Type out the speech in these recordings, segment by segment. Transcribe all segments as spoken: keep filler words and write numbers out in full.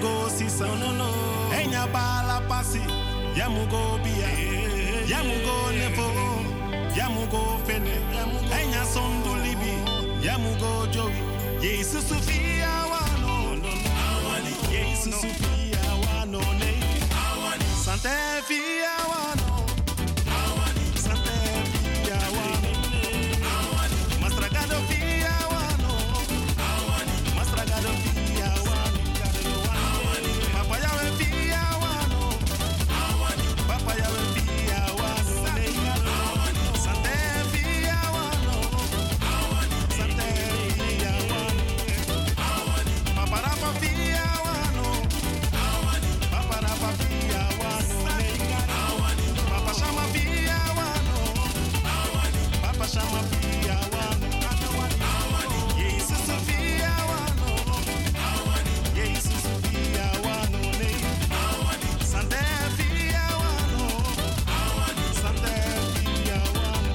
go sisa no no. Enya bala pasi. Yamugo bia. Yamugo nefo. Yamugo fene. Enya sondo libi. Yamugo jowi. Jesus Sofia wano no. Jesus Sofia wano ne. Santa Fia wano. Santa Fia wano. Mastragado Fia wano. Mastragado Fia wano. Papa yawe Fia wano. Papa yawe Fia wano. Santa Fia wano. Santa Fia wano. Papa rapa Fia wano. Papa rapa Fia wano. Papa shama Fia wano. Papa shama Fia wano. Jesus Sofia wano. Jesus Sofia wano ne. Santa Fia wano. Santa Fia wano.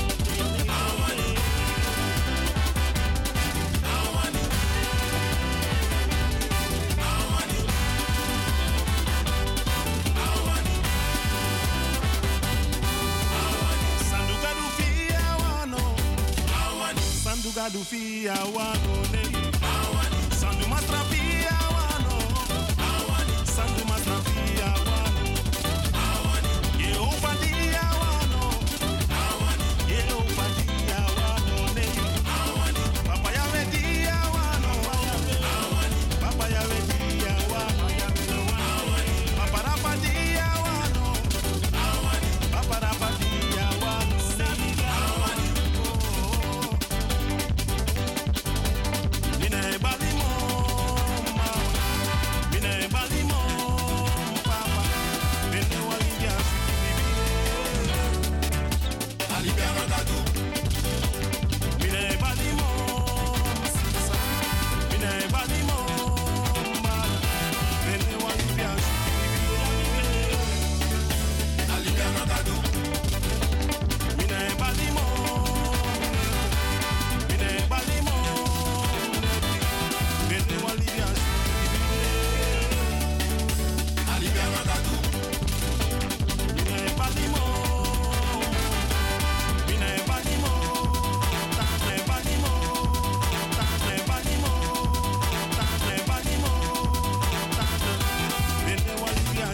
Sanduga du Fia wano. Sanduga du Fia wano ne. Sandu mastra Fia wano. Sandu mastra Fia wano. Yehova dia wano. Yehova dia wano ne. Papa yawe dia wano. Papa yawe dia wano. Papa rapa dia wano. Papa rapa dia wano. Mine balimo mama. Mine balimo papa. Mene walibia Alibia Magadu. Mine balimo sisa. Mine balimo mama. Mene walibia Alibia Magadu. Mine balimo. Mine balimo. Mene walibia Alibia Magadu. Mine balimo. Mine balimo. Tane balimo. Tane balimo. Tane balimo. Tane. Mene walibia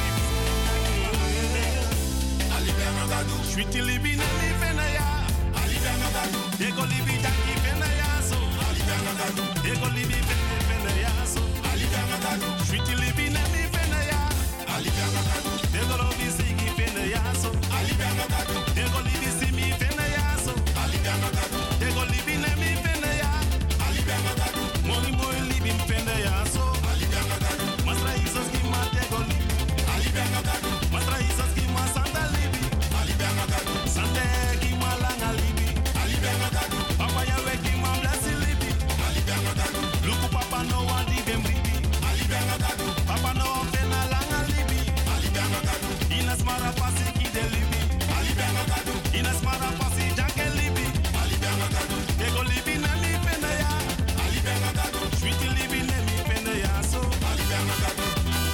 Alibia Magadu. Sweetie libi na mi fena ya. Alibia Magadu. Ego libi jaki fena ya so. Alibia Magadu. Ego libi fena fena ya so. Alibia Magadu. Sweetie libi na mi fena ya. Alibia Magadu. Ego lobi sigi fena ya so. Alibia Magadu. Ego libi simi fena ya so. Alibia Magadu. Ego libi na mi fena ya. Alibia Magadu. Moi moi libi fena ya so. Alibia Magadu. Masra isos ki ma tego libi. Alibia Magadu. Masra isos ki ma santa libi. Alibia Magadu. Sante ki ma langa libi. Alibia Magadu. Papa yawe ki ma blessi libi. Alibia Magadu. Luku papa no wadi bemribi. Alibia Magadu. Papa no fena langa libi. Alibia Magadu. Inas mara pasi ki de libi. Alibia Magadu. Inas mara pasi jake libi. Alibia Magadu. Ego libi na mi fena ya. Alibia Magadu. Sweetie libi na mi fena ya so. Alibia Magadu.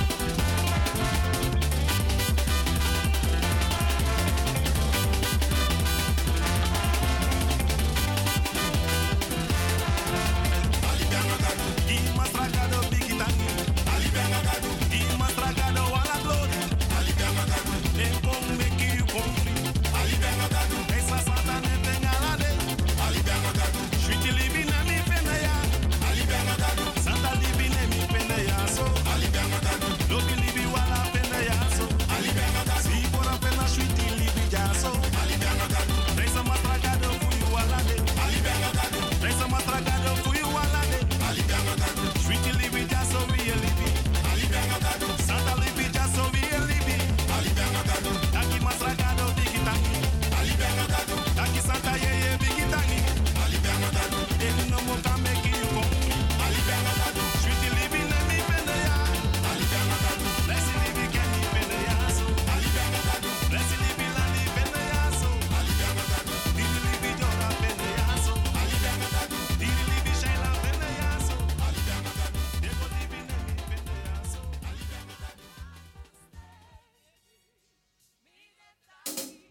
Alibia Magadu. Di mastragado bigitani. Alibia Magadu. Di mastragado wala glory. Alibia Magadu. Nepong make you complete. Alibia Magadu. Esa satane tengalade. Alibia Magadu. Sweetie libi na mi fena ya. Alibia Magadu. Santa libi na mi fena ya so. Alibia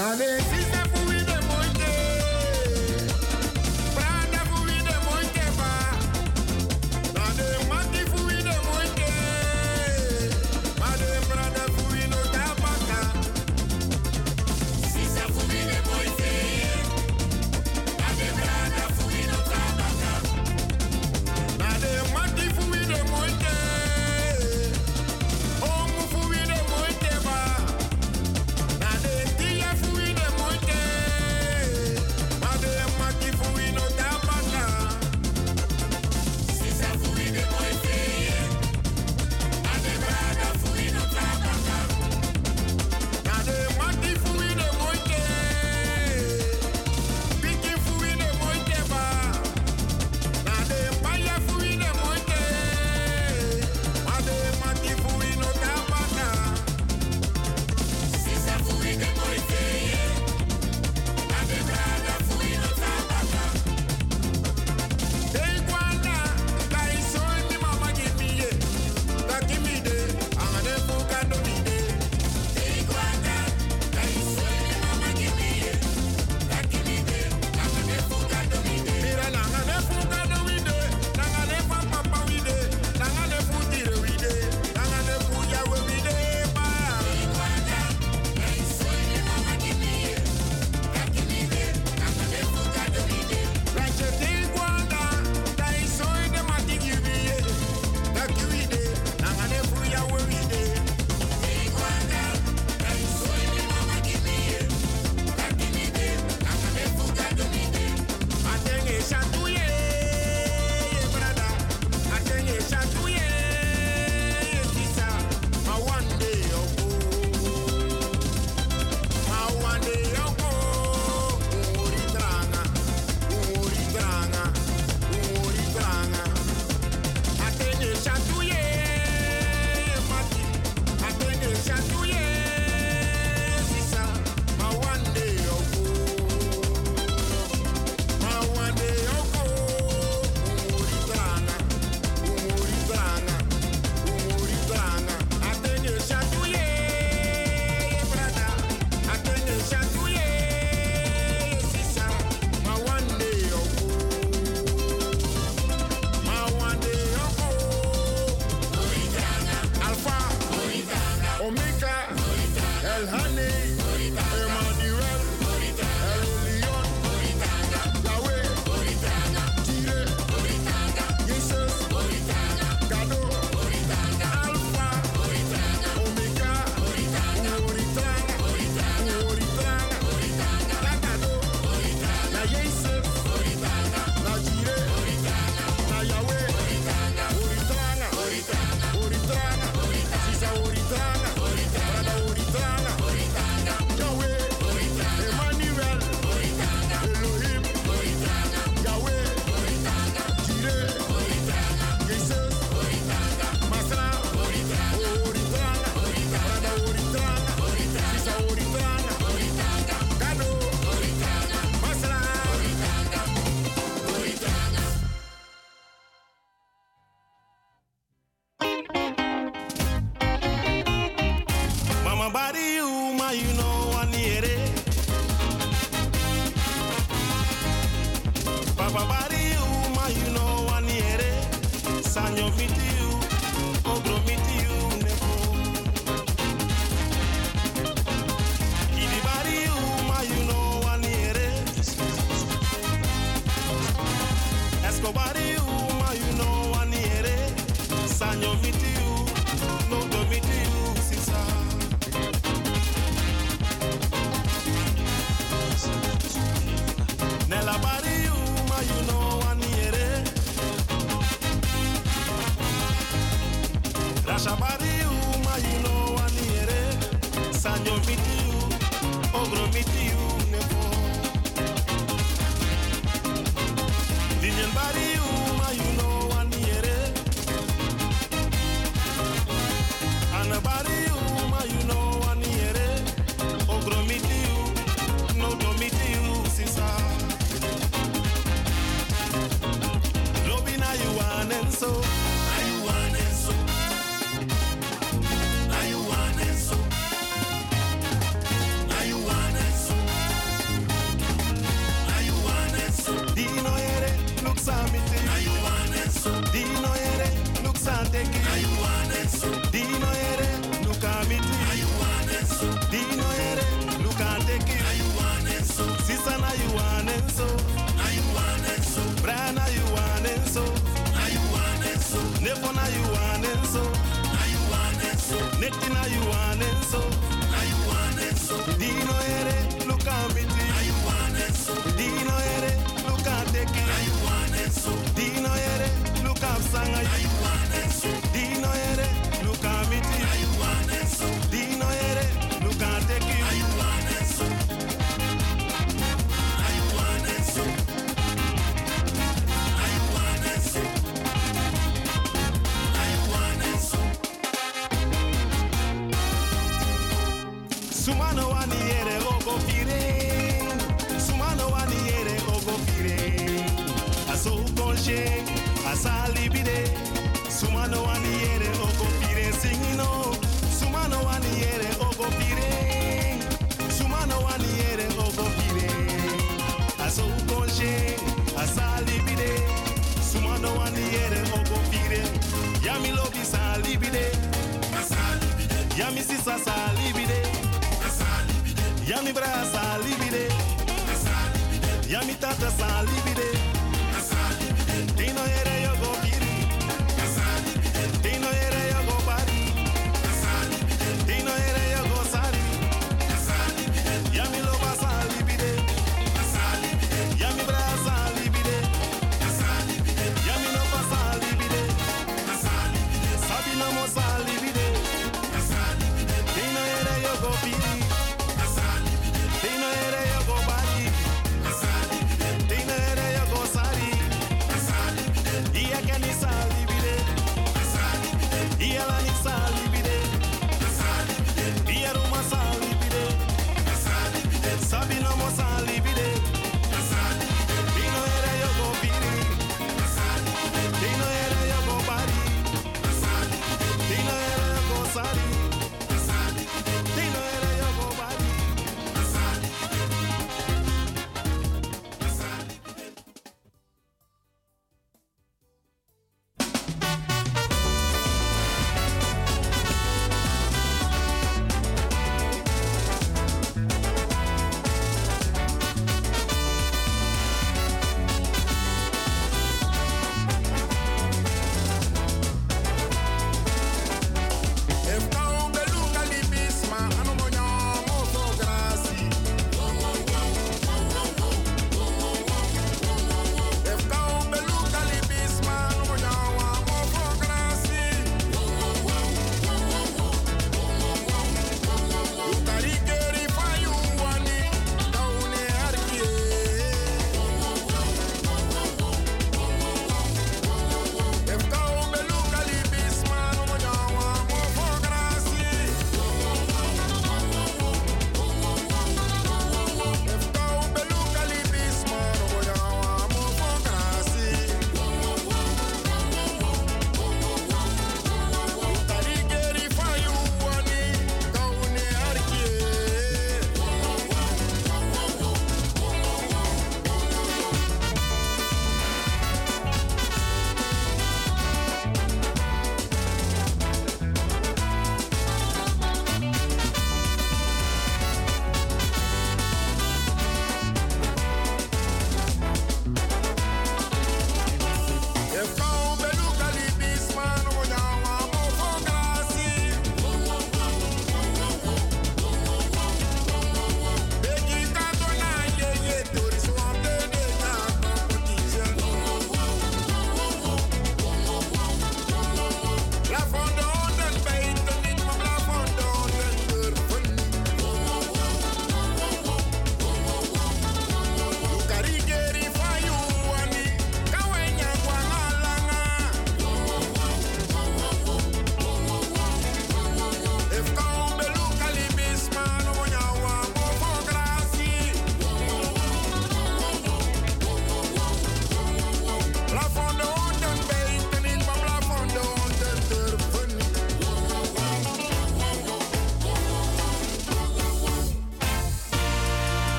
Now you want it so. Dino ere, Luca miti. Dino ere, Luca teki. Sisa na you want so. Bra na you want so. Nepo na you want so. Nekti na you want so. Dino ere, Luca miti. Dino ere, Luca teki. Dino ere, Luca sanga. Dino ere, Luca miti. Dino ere, Luca teki. Sumano wani ere ogo pire. Sumano wani ere ogo pire. Aso konche, asa libide. Sumano wani ere ogo pire singino. Sumano wani ere ogo pire. Sumano wani ere ogo pire. Aso konche, asa libide. Sumano wani ere ogo pire. Yami lobi sa libide. Yami sisa sa libide. Yami brasa libide. Yami tata sa libide. Dino ere yo go piri. Dino ere yo go bari. Dino ere yo go sari. Yami loba sa libide. Yami brasa libide. Yami loba sa libide. Sabi no mo sa libide. Dino ere yo go piri. Dino ere yo go bari. Dino ere yo go sari.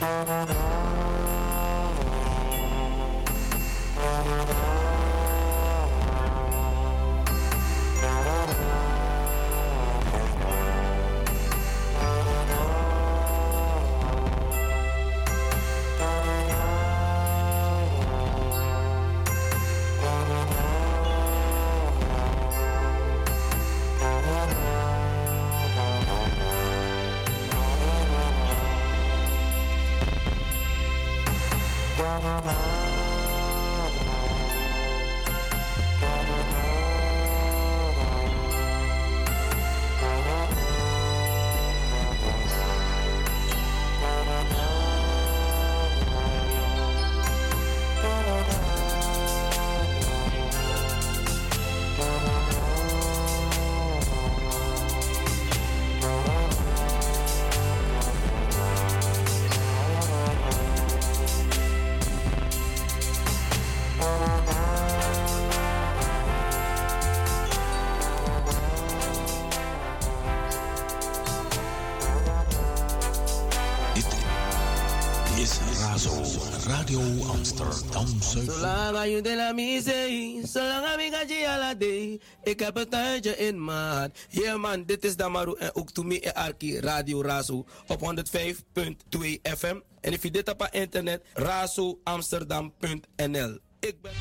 Radio Amsterdam Zuid. Zolang je de la misee, zolang ik ga je ala day, ik heb een tuintje in maat. Yeah man, dit is Damaru en ook to me en Arki Radio Razo op honderdvijf komma twee F M. En if je dit op internet, razo amsterdam punt n l. Ik ben...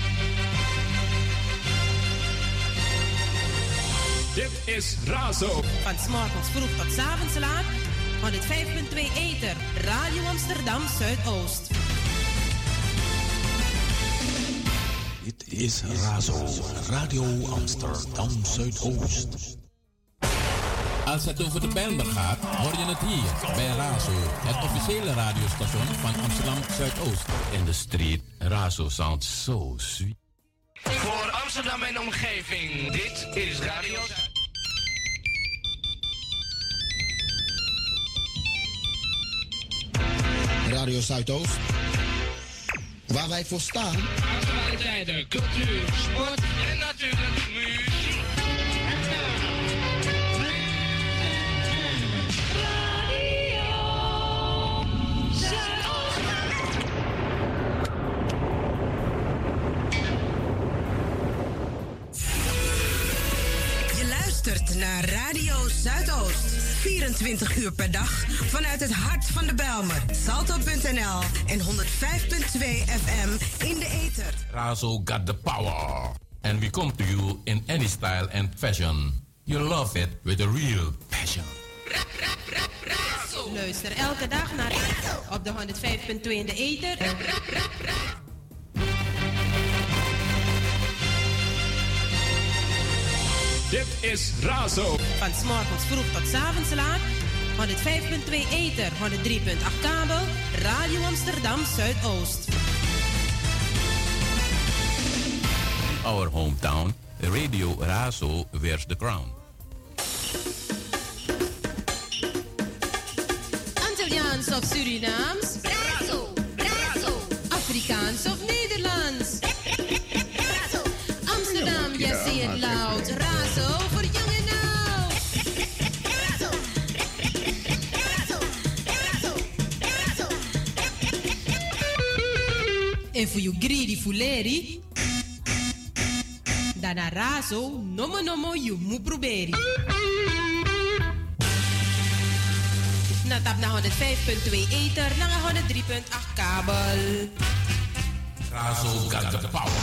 Dit is Razo. Van 's morgens vroeg tot 's avonds laat. honderdvijf komma twee Ether, Radio Amsterdam Zuidoost. Dit is Razo, Radio Amsterdam Zuidoost. Als het over de Bijlmer gaat, hoor je het hier bij Razo, het officiële radiostation van Amsterdam Zuidoost. In de street, Razo sounds so sweet. Voor Amsterdam en omgeving, dit is Radio Radio Zuidoost, waar wij voor staan. Actualiteiten, cultuur, sport en natuurlijk muziek. Radio Zuidoost. Je luistert naar Radio Zuidoost. vierentwintig uur per dag vanuit het hart van de Bijlmer. Salto punt n l en honderdvijf komma twee F M in de ether. Razo got the power. And we come to you in any style and fashion. You love it with a real passion. Luister elke dag naar op de honderdvijf komma twee in de ether. Dit is Razo. Van 's morgens vroeg tot 's avonds laat. honderdvijf komma twee Ether, honderddrie komma acht kabel. Radio Amsterdam Zuidoost. Our hometown, Radio Razo wears the crown. Antilliaans of Surinaams? Razo, Razo. Afrikaans of Nederlands? Razo. Amsterdam, jij yes, zie het loud. Razo voor jong en oud. Razo. Razo. Razo. Razo. En voor you greedy fuleri, dana Razo, nomo nomo you mu proberi. Na tap na honderdvijf komma twee Ether, na honderddrie komma acht kabel. Razo got the power.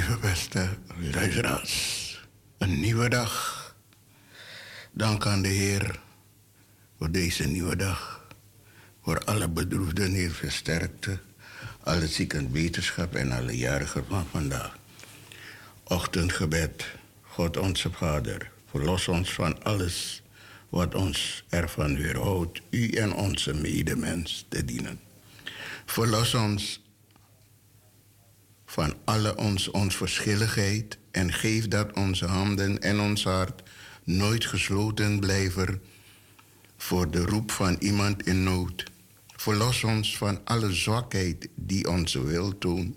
Lieve beste luisteraars, een nieuwe dag. Dank aan de Heer voor deze nieuwe dag. Voor alle bedroefden, Heer, versterkte. Alle zieken wetenschap en alle jarigen van vandaag. Ochtendgebed, God onze Vader, verlos ons van alles wat ons ervan weerhoudt u en onze medemens te dienen. Verlos ons van alle ons onverschilligheid en geef dat onze handen en ons hart nooit gesloten blijven voor de roep van iemand in nood. Verlos ons van alle zwakheid die onze wil toont.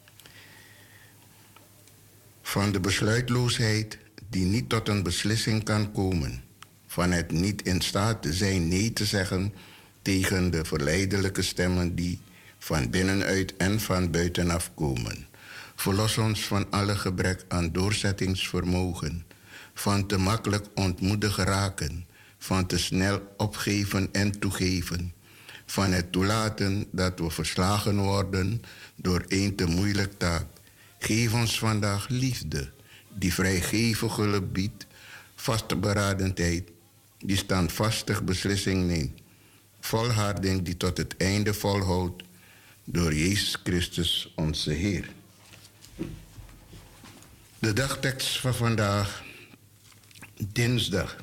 Van de besluitloosheid die niet tot een beslissing kan komen. Van het niet in staat te zijn nee te zeggen tegen de verleidelijke stemmen die van binnenuit en van buitenaf komen. Verlos ons van alle gebrek aan doorzettingsvermogen. Van te makkelijk ontmoedigd raken. Van te snel opgeven en toegeven. Van het toelaten dat we verslagen worden door een te moeilijk taak. Geef ons vandaag liefde, die vrijgevig hulp biedt, vastberadenheid, die standvastig beslissing neemt, volharding die tot het einde volhoudt, door Jezus Christus onze Heer. De dagtekst van vandaag, dinsdag.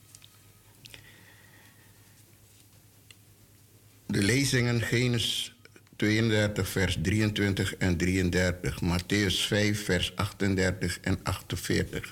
De lezingen Genesis tweeëndertig, vers drieëntwintig en drieëndertig. Matthäus vijf, vers achtendertig en achtenveertig.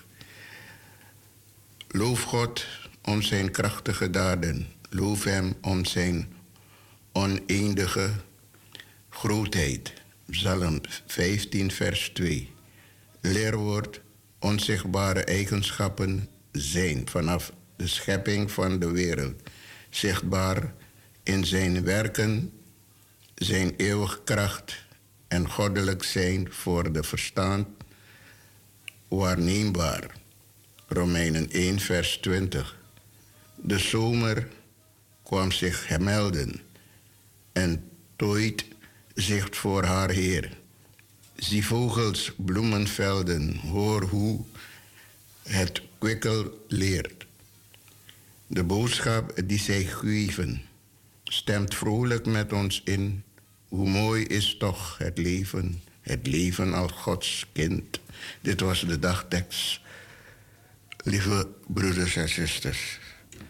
Loof God om zijn krachtige daden. Loof hem om zijn oneindige grootheid. Psalm vijftien, vers twee. Leerwoord, onzichtbare eigenschappen zijn vanaf de schepping van de wereld. Zichtbaar in zijn werken, zijn eeuwige kracht en goddelijk zijn voor de verstand waarneembaar. Romeinen één, vers twintig. De zomer kwam zich melden en tooit zich voor haar Heer. Zie vogels, bloemenvelden, hoor hoe het kwikkel leert. De boodschap die zij geven stemt vrolijk met ons in. Hoe mooi is toch het leven, het leven als Gods kind. Dit was de dagtekst. Lieve broeders en zusters,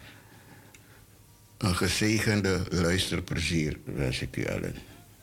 een gezegende luisterplezier wens ik u allen.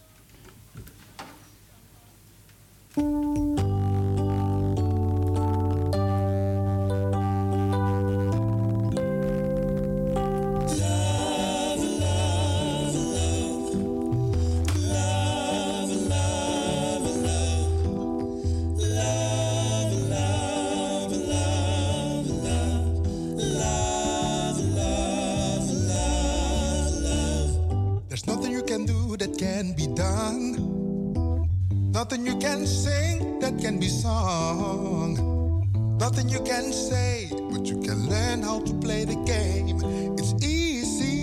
Nothing you can sing that can be sung. Nothing you can say, but you can learn how to play the game. It's easy.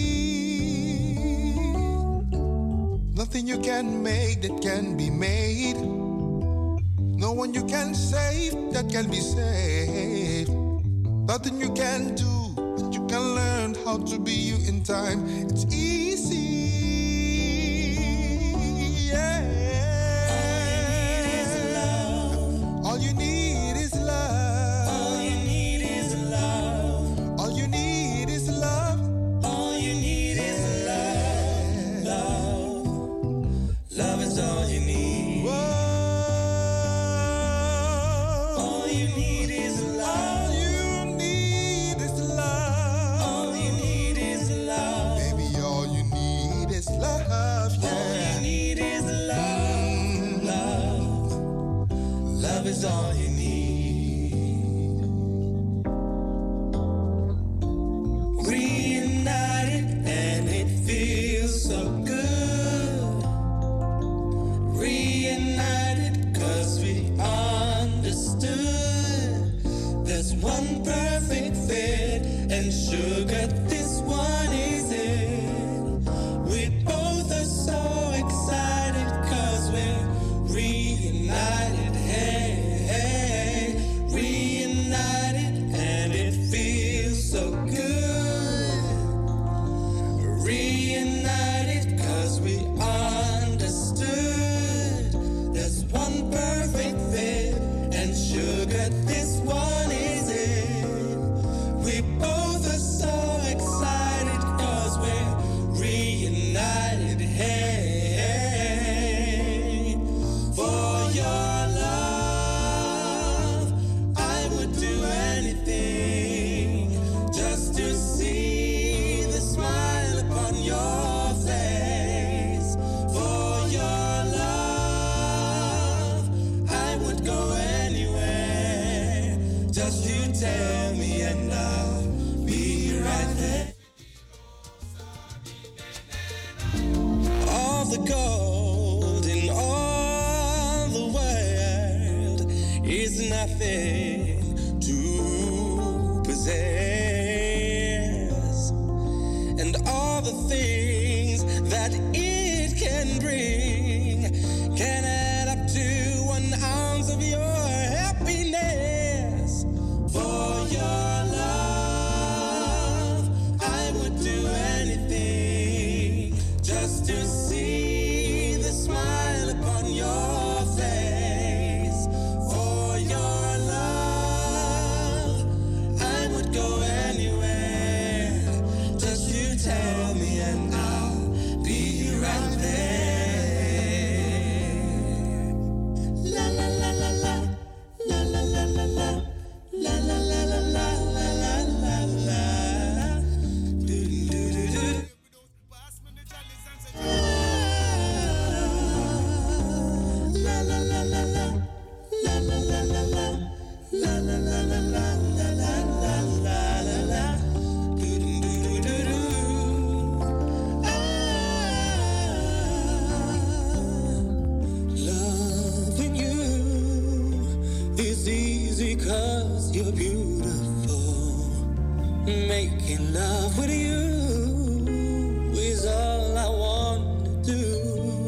Nothing you can make that can be made. No one you can save that can be saved. Nothing you can do, but you can learn how to be you in time. It's easy. Yeah. All you need is love. All you need is love. All you need is love. All you need is love. Love. Love is all you need. Whoa. All you need is love. All you need is love. All you need is love. Baby, all you need the gold in all the world is nothing to possess, and all the things that it can bring can add up to one ounce of your happiness. For your love, I would do anything just to see the smile upon your face. For your love, I would go anywhere. Just you tell me and I'll be right there. La la la la la, la la la la la, la la la la la, la la la la. Do do do do. La la la la la, la la la la la, la la la la la, la la la la la la. Do do do do do. Loving you is easy 'cause you're beautiful. Making love with you is all I want to do.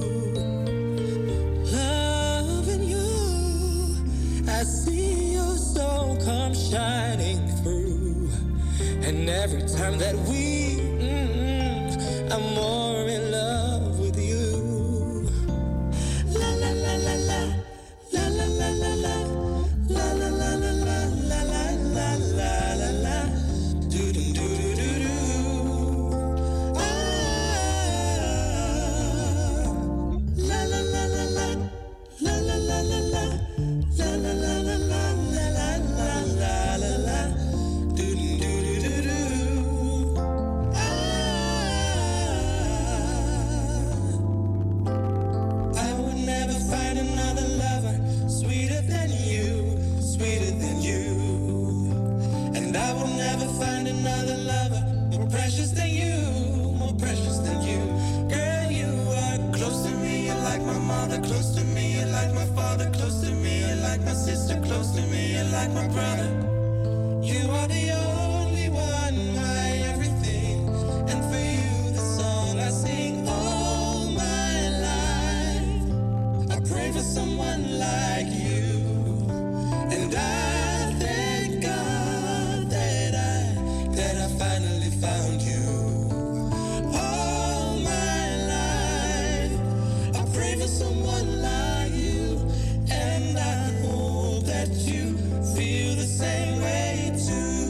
Loving you, I see your soul come shining through. And every time that we, mm, I'm more in love with you. La la la la la, la la la la la, la la la la la, la la la la la la. Do do do do do do. Ah, la la la la la, la la la la la, la la la la la, la la la la la la. Do do do do do. Ah, I would never find another lover sweeter than you, sweeter than you. And I will never find another lover more precious than you, more precious than you. Girl, you are close to me, you're like my mother, close to me, you're like my father, close to me, you're like my sister, close to me, you're like my brother. You are the only one, my everything, and for you the song I sing all my life. I pray for someone like you, and I thank God that I that I finally found you. All my life, I pray for someone like you, and I hope that you feel the same way too.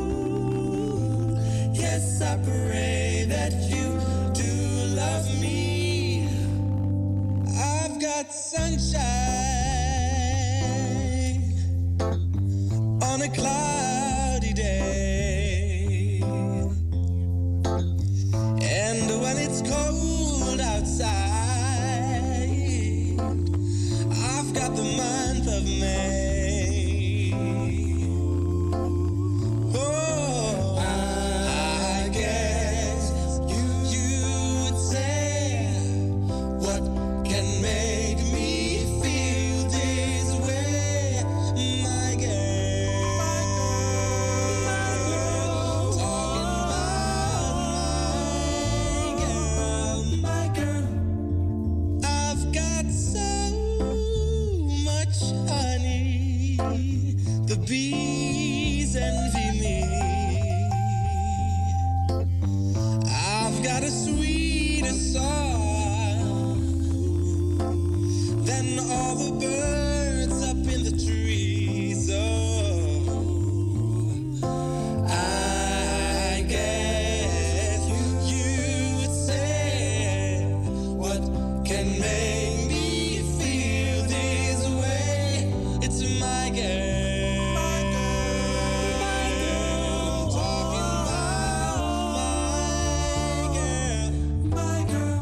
Yes, I pray that you do love me. I've got sunshine on a cloudy day, and when it's cold outside, I've got the month of May. Oh, I guess you, you would say, what can make me feel this way, my girl? Talking about my girl, my girl. I've got so much honey, the bees envy me. I've got a sweeter song than all the birds up in the trees. Oh, I guess you would say, what can make me feel this way? It's my girl, my girl, my girl. Talking about my girl, my girl.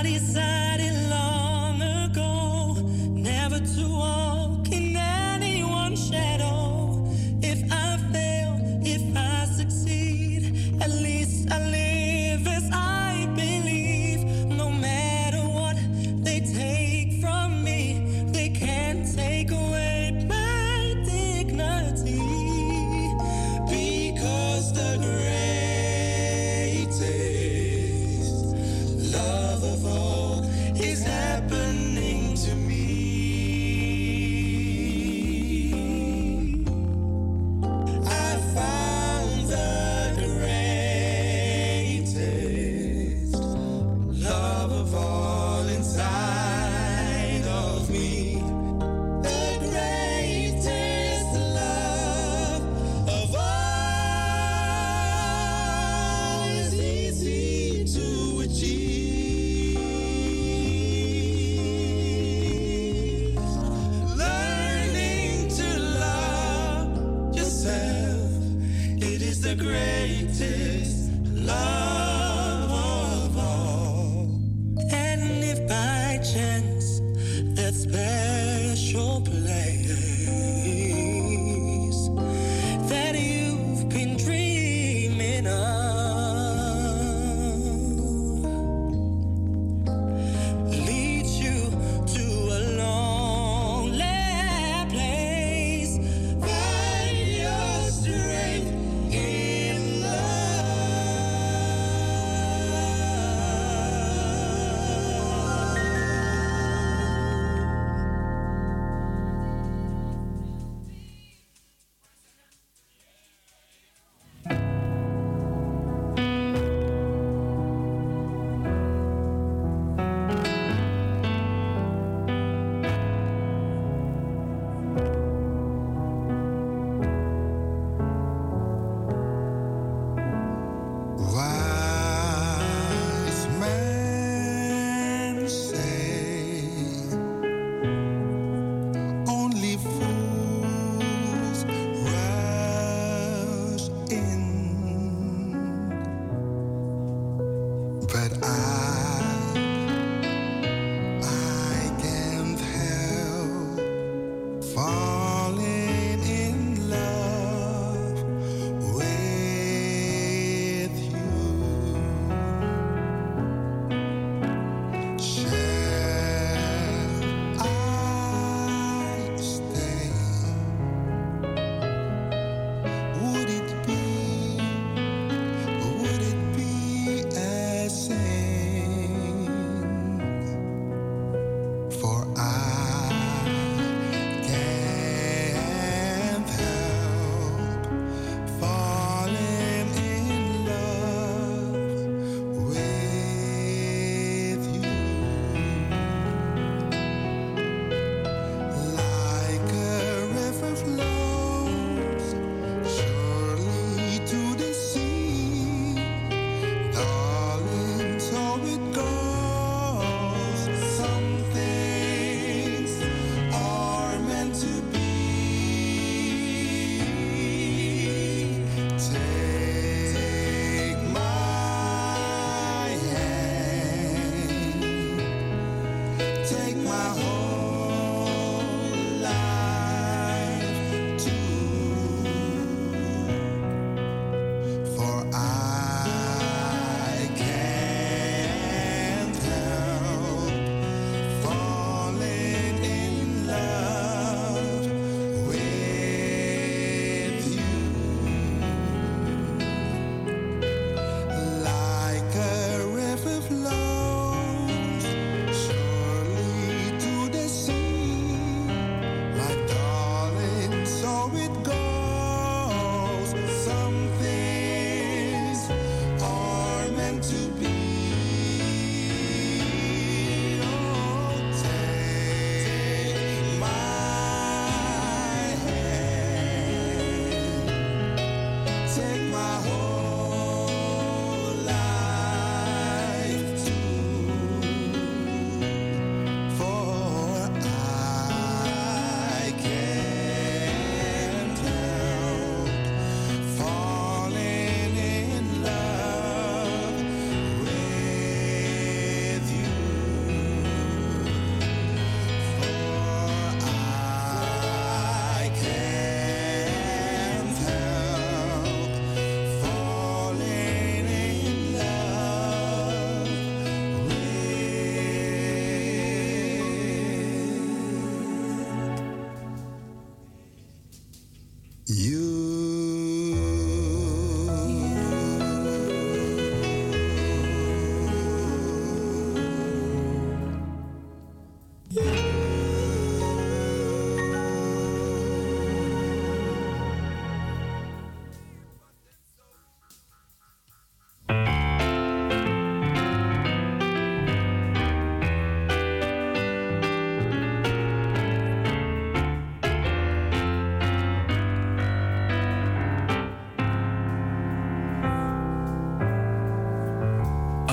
decided long ago never to walk in anyone's shadow. If I fail, if I succeed, at least I live as I believe. No matter what they take from me, they can't take away my dignity. Because the greatest love of all is happening to me. I found the greatest love of all inside of me. The greatest love of all is easy to achieve. Learning to love yourself, it is the greatest love of all. And if by chance that special place that you've been dreaming of leads you to a lonely place, find your strength in wise men say only fools rush in, but I, I can't help falling in love with you. Shall I stay? Would it be, would it be a sin? For I can't help falling in love with you. Like a river flows surely to the sea, darling, so it goes. Some things are meant to be. Take my hand, take my whole life too, for I can't help falling in love with you. Like a river flows surely to the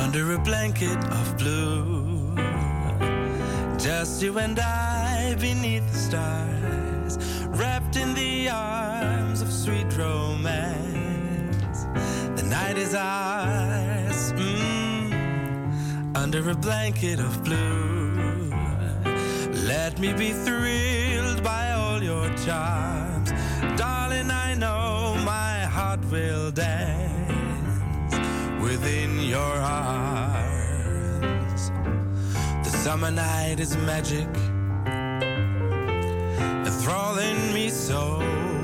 under a blanket of blue. Just you and I beneath the stars, wrapped in the arms of sweet romance. The night is ours, mm, under a blanket of blue. Let me be thrilled by all your charms. Darling, I know my heart will dance within your arms. The summer night is magic, enthralling me so.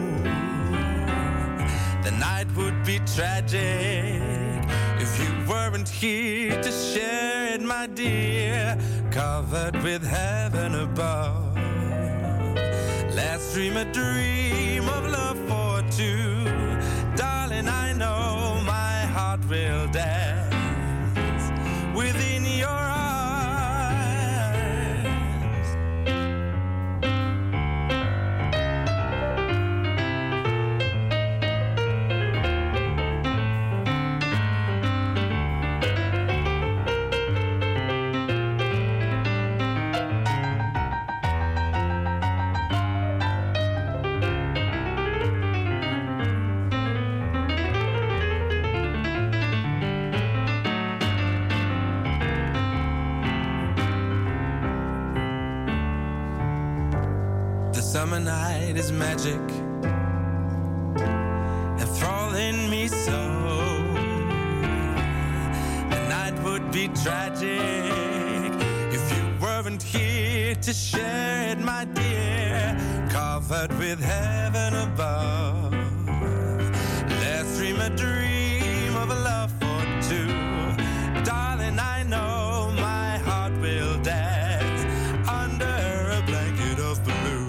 The night would be tragic if you weren't here to share it, my dear. Covered with heaven above, let's dream a dream of love for two. Darling, I know my heart will dance within your arms. Summer night is magic, enthralling me so. The night would be tragic if you weren't here to share it, my dear. Covered with heaven above, let's dream a dream of a love for two. Darling, I know my heart will dance under a blanket of blue.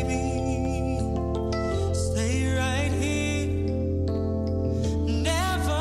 Never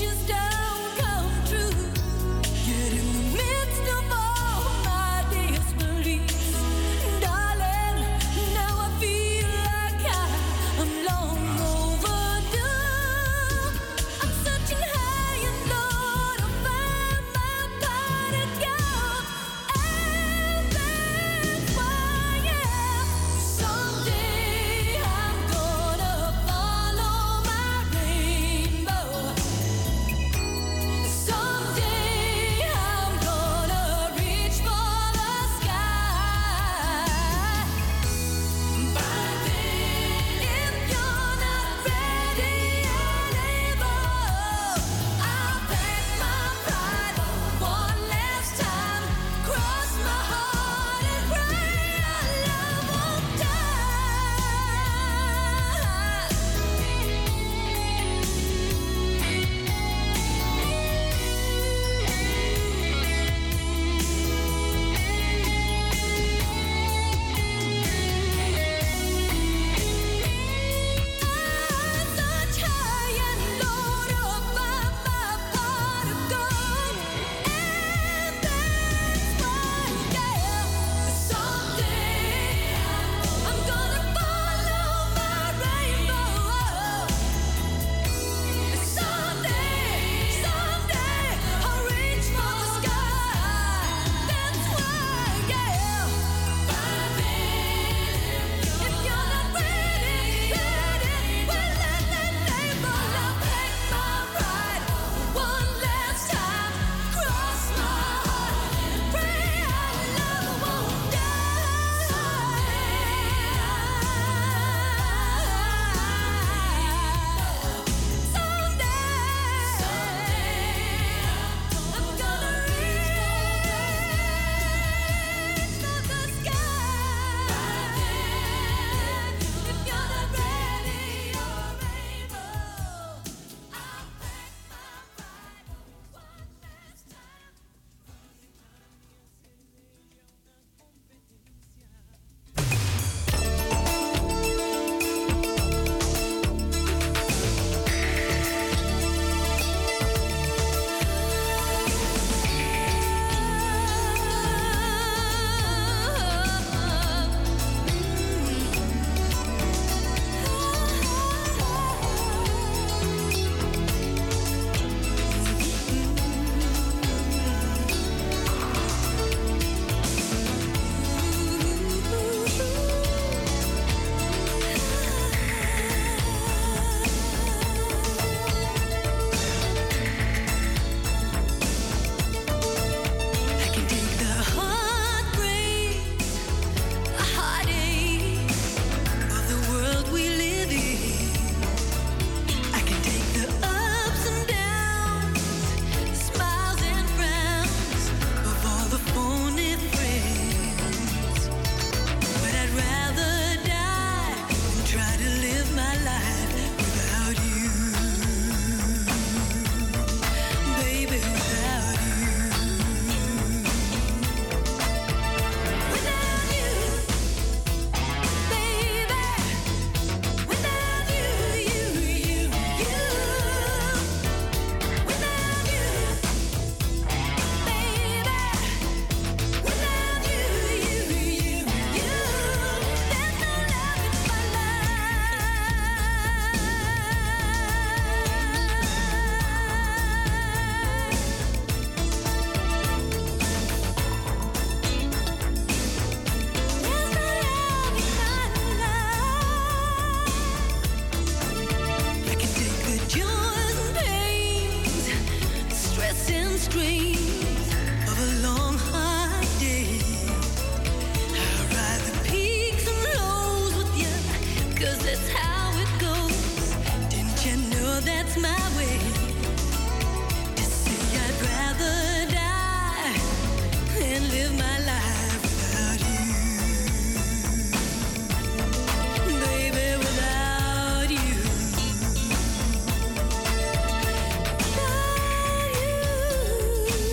Without you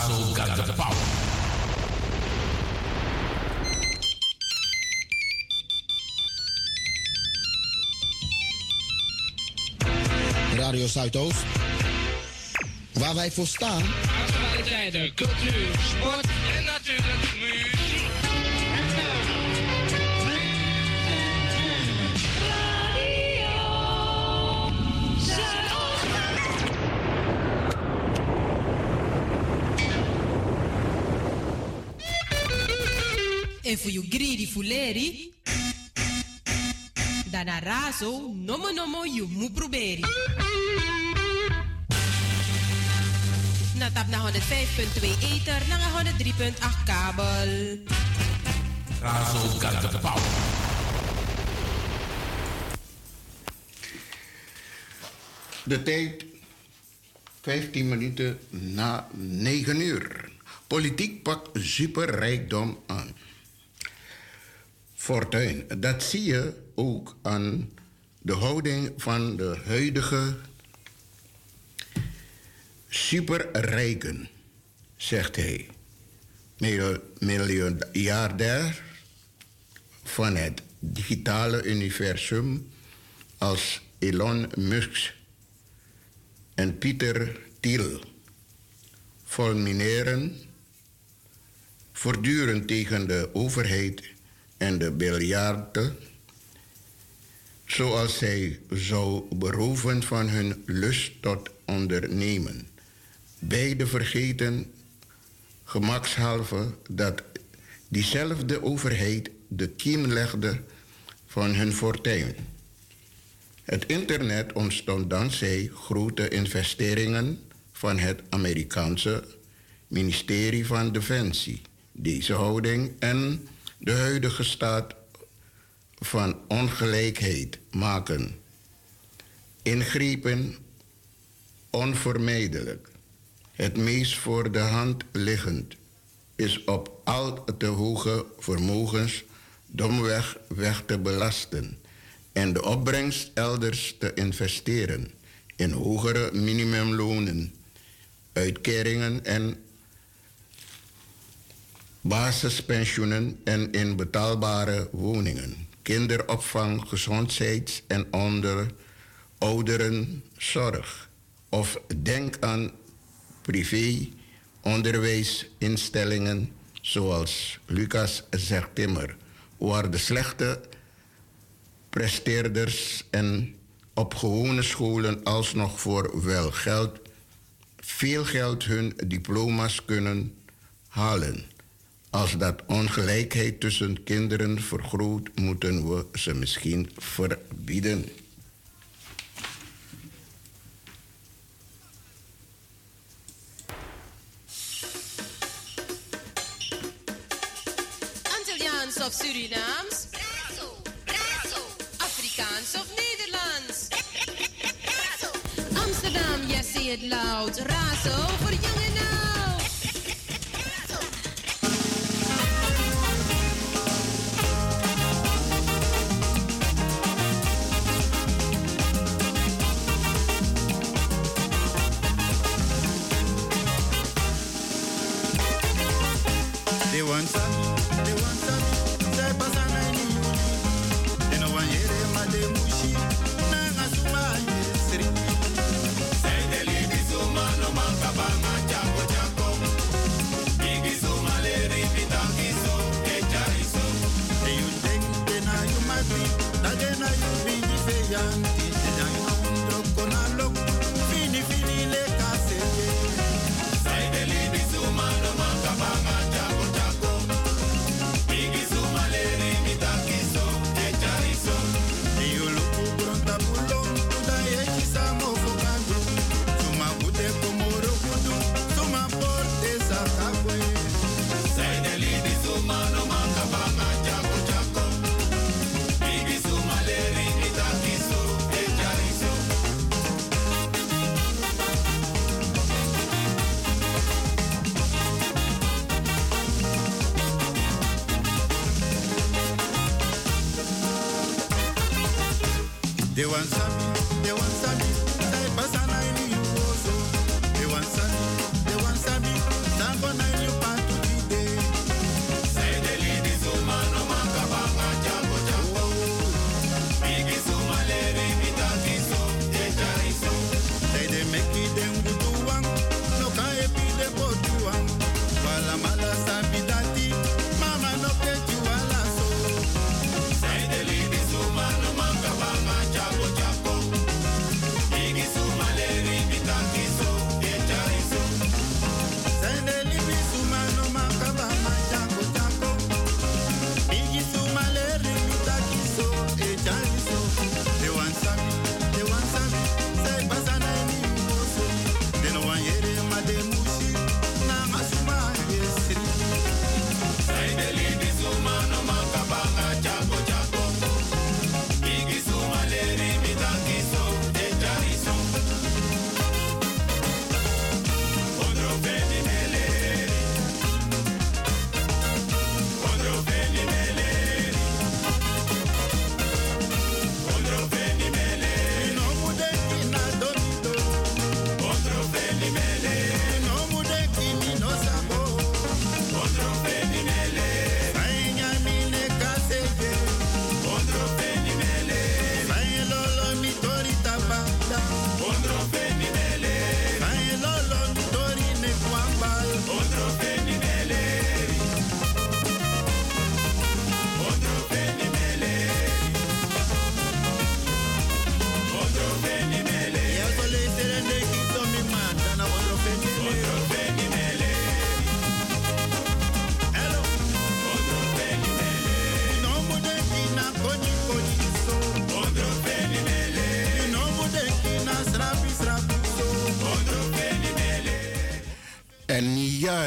Razo got the power. Radio Zuidoost, waar wij voor staan. Actualiteiten, cultuur, sport en natuurlijk muziek. En voor je greedy fuleri, dan a razo, nomo nomo you moet proberen. Na tap naar honderdvijf komma twee ether, naar honderddrie komma acht kabel. Razo got the power. De tijd vijftien minuten na negen uur. Politiek pakt superrijkdom aan. Fortuin, dat zie je ook aan de houding van de huidige superrijken, zegt hij. Miljardair van het digitale universum als Elon Musk en Pieter Thiel fulmineren voortdurend tegen de overheid en de biljarden, zoals zij zou beroven van hun lust tot ondernemen. Beide vergeten gemakshalve dat diezelfde overheid de kiem legde van hun fortuin. Het internet ontstond dankzij grote investeringen van het Amerikaanse ministerie van Defensie. Deze houding en de huidige staat van ongelijkheid maken ingrepen onvermijdelijk. Het meest voor de hand liggend is op al te hoge vermogens domweg weg te belasten en de opbrengst elders te investeren in hogere minimumlonen, uitkeringen en basispensioenen en in betaalbare woningen, kinderopvang, gezondheids- en onder ouderenzorg. Of denk aan privé-onderwijsinstellingen zoals Lucas zegt Timmer, waar de slechte presteerders en op gewone scholen alsnog voor wel geld, veel geld hun diploma's kunnen halen. Als dat ongelijkheid tussen kinderen vergroot, moeten we ze misschien verbieden. Antilliaans of Surinaams? Razo, razo. Afrikaans of Nederlands? Razo. Amsterdam, yes, say it loud. Razo voor jong en oud. They want some, they want some. Say pasana ni yuli. They no want yere ma de mushi. Na nga suma yesri. Say de libi suma no manka banga jako jako. Bigi suma le ribi tangi so kechari so. Hey you think they na you mati. Dage na you bigi fe yanti. They na you drop kona lok. Fini fini le kase. Say de libi suma no manka banga jako jako. Bigi suma le ribi tangi so kechari so. Hey you look pronta pulo. Uda yechi samo fokando. Suma kute komoro kudu. Suma porte sakakwe. Say de libi suma no manka banga jako jako. Bigi suma le ribi tangi so kechari so. They want some, they want some. Say pasana ini uoso. They want some, they want some. Sango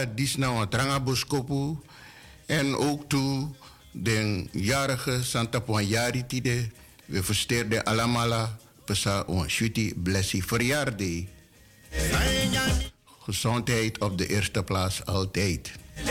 ja, die is nou een trangaboskopu. En ook toe de jarige Santa Poanyari tide. We versteerden allemaal pesa een shuti blessie verjaardag. Gezondheid op de eerste plaats altijd.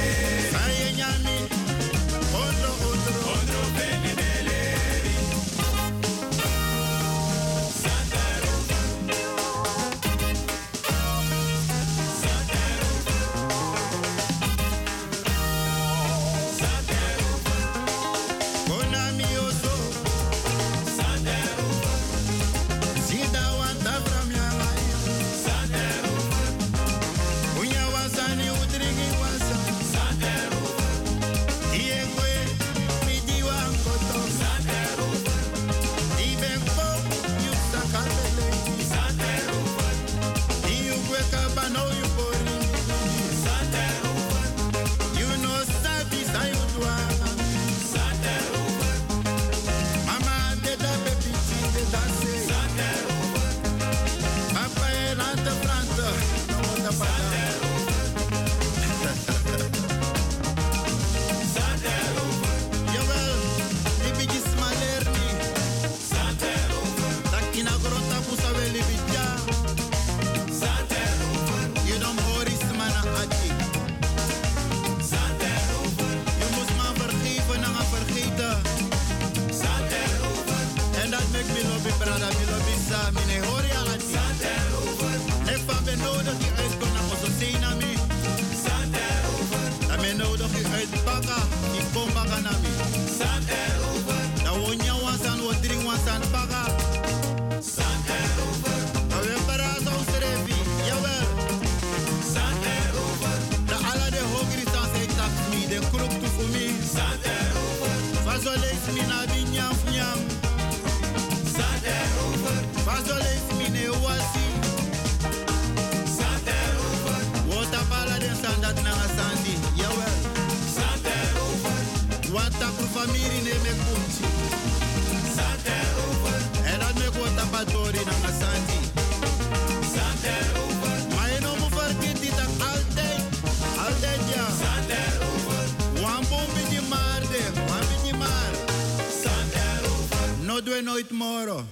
Nooit moro.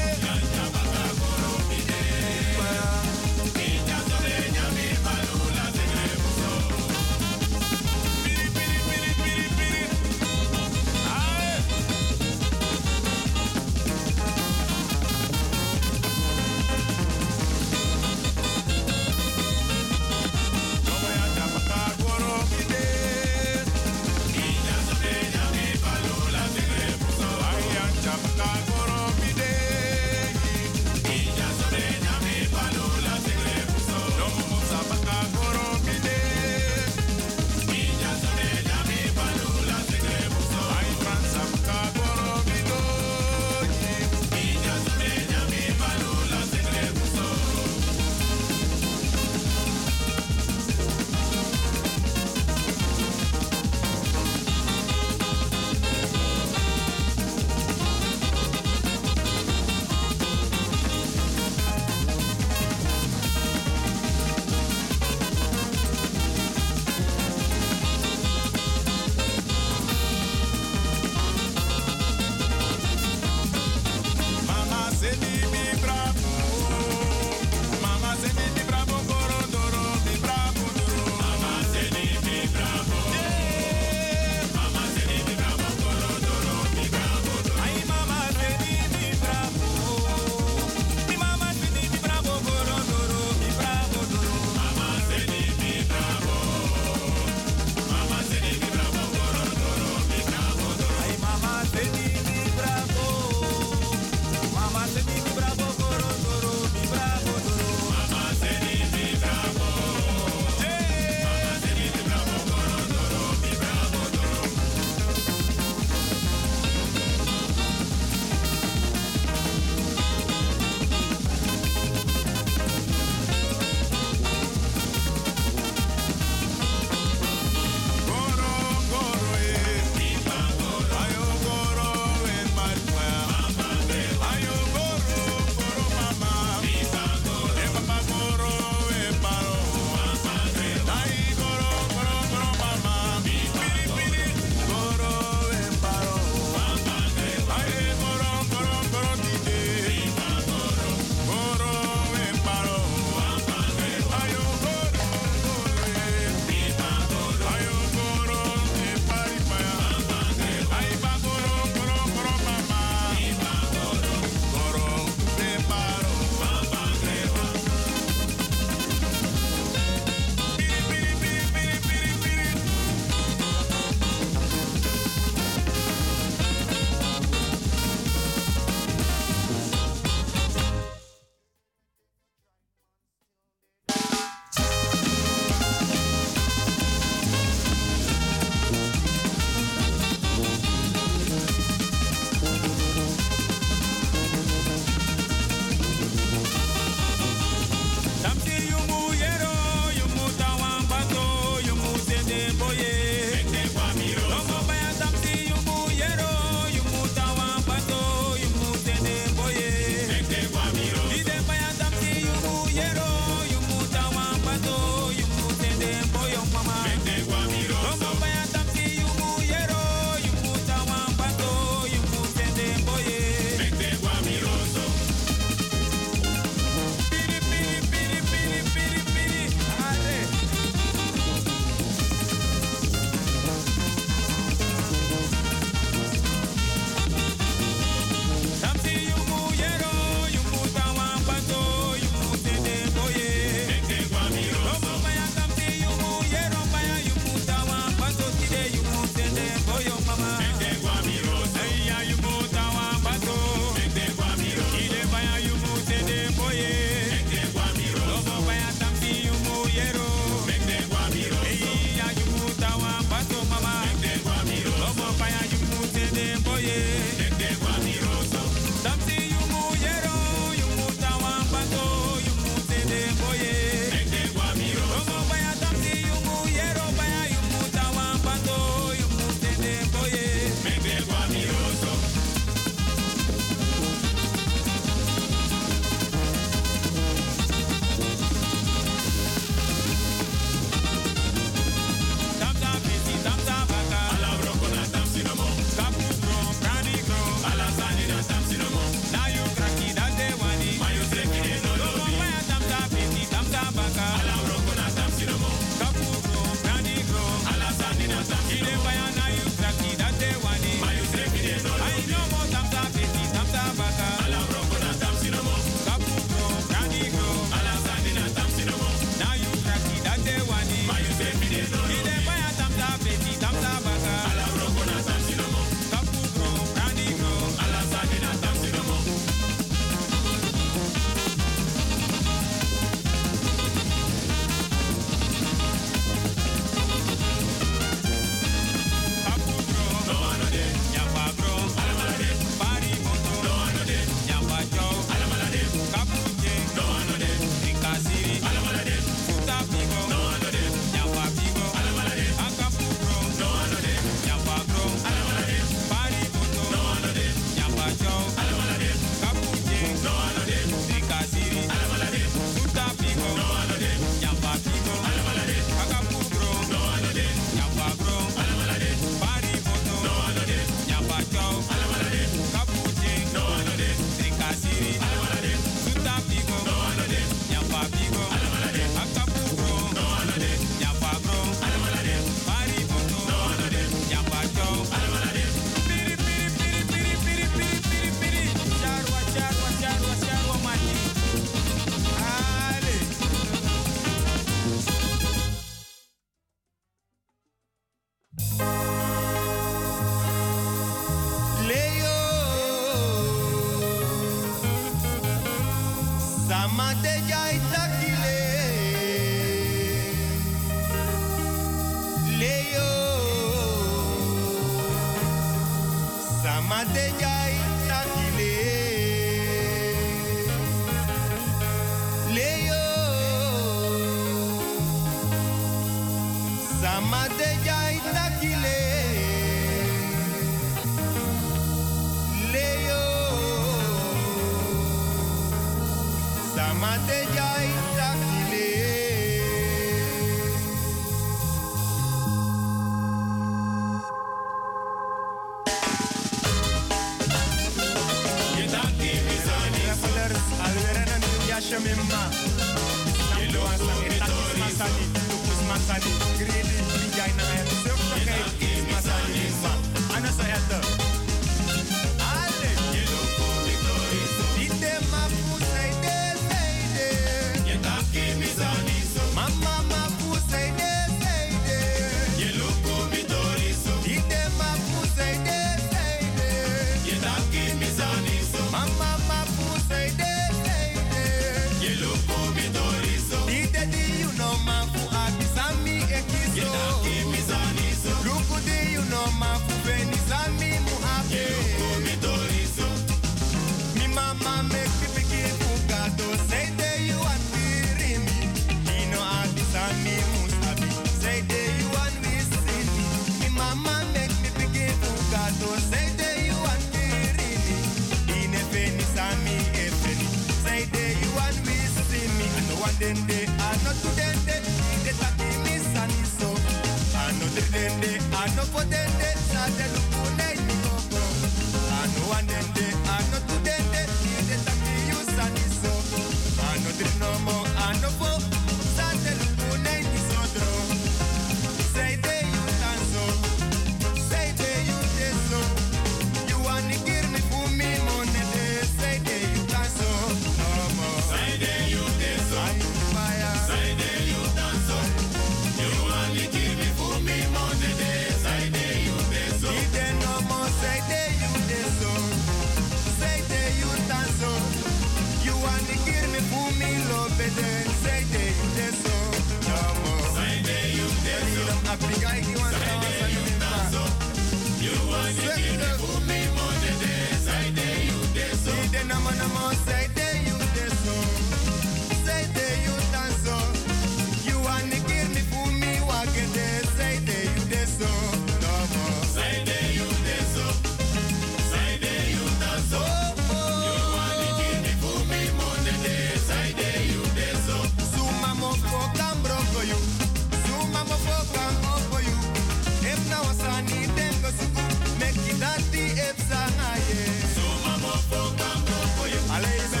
Make it that the apes are high. So mama for come for you.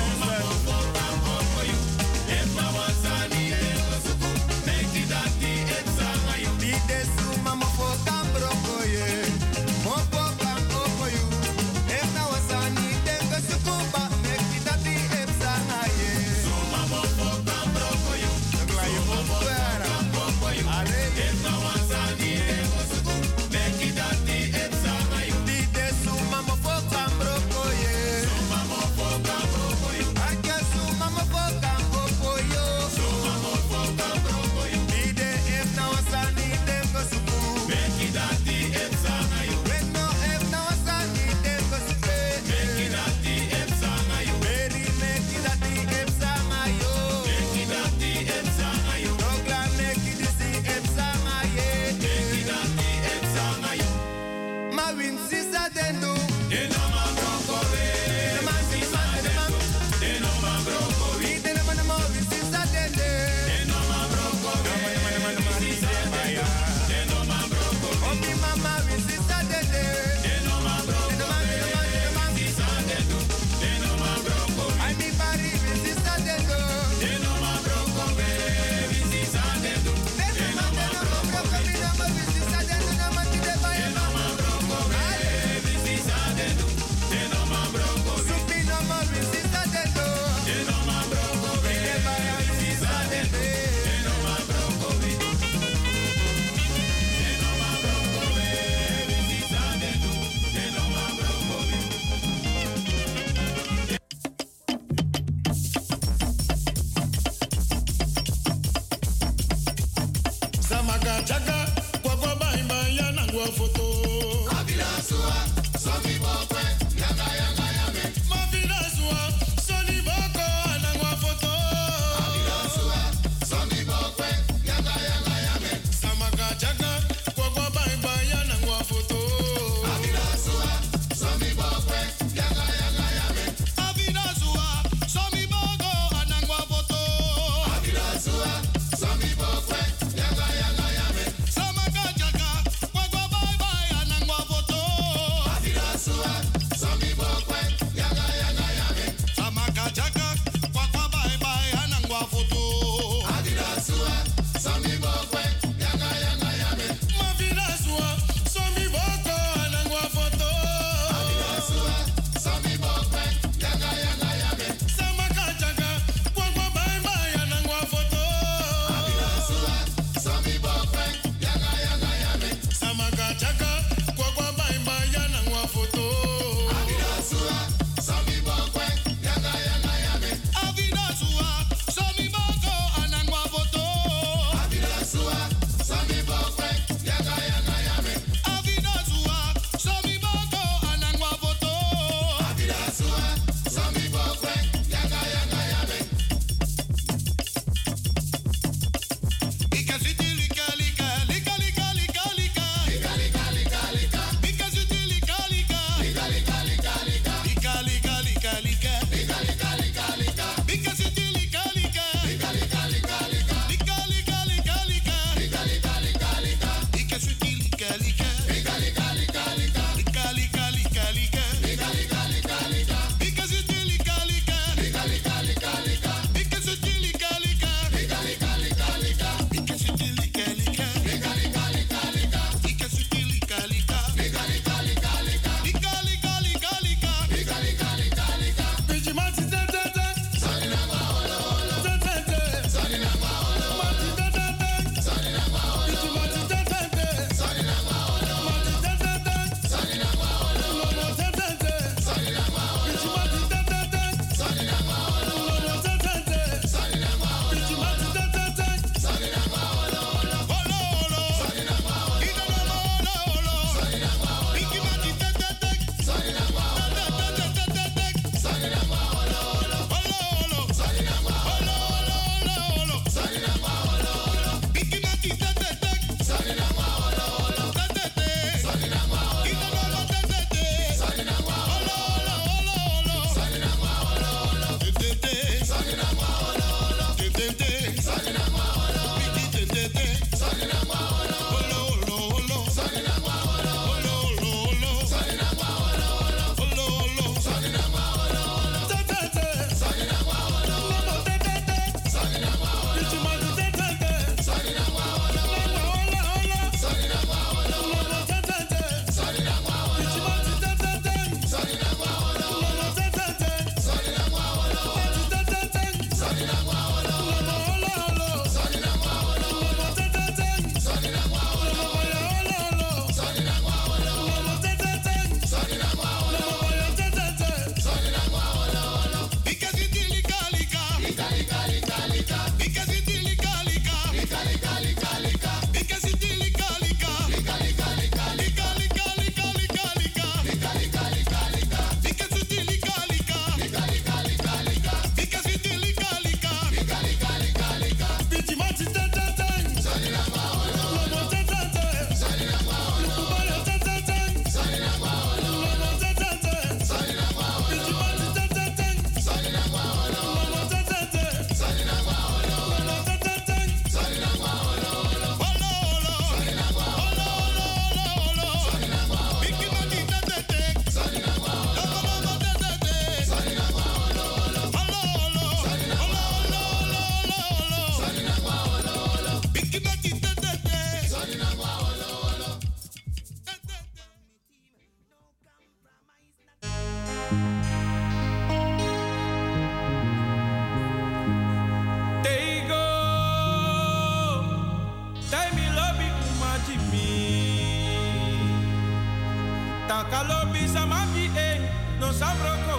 Takalobi samaki e no sabroko.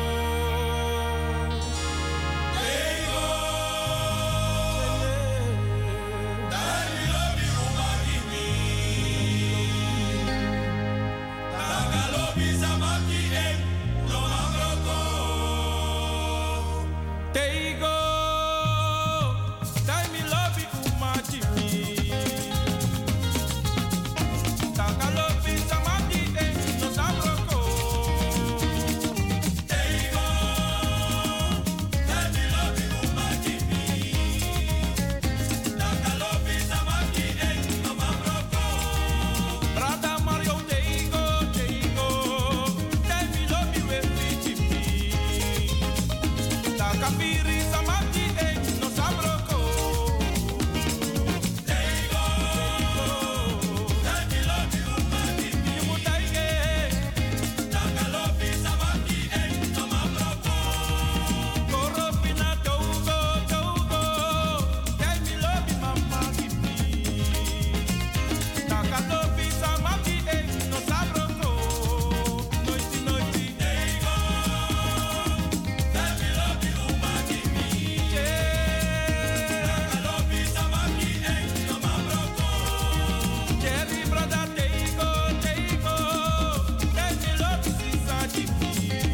Ego, dai lobi umagimi. Takalobi samaki e no sabroko. Ego, dai lobi umagimi. Takalobi samaki e no sabroko. Ego, dai lobi umagimi. Takalobi samaki e no sabroko. Brada Mario Tego, Tego, dai lobi wefitimi. Takapiri samaki e no sabroko. Tego, dai lobi umagimi. Mutaige, takalobi samaki e no sabroko. Koropina Togo, Togo, dai lobi mamagimi. Takalobi samaki e no sabroko. Noiti, noiti, Tego, dai lobi umagimi. Takalobi samaki e no sabroko. Cherry brother Tego, Tego, dai lobi sisajimi.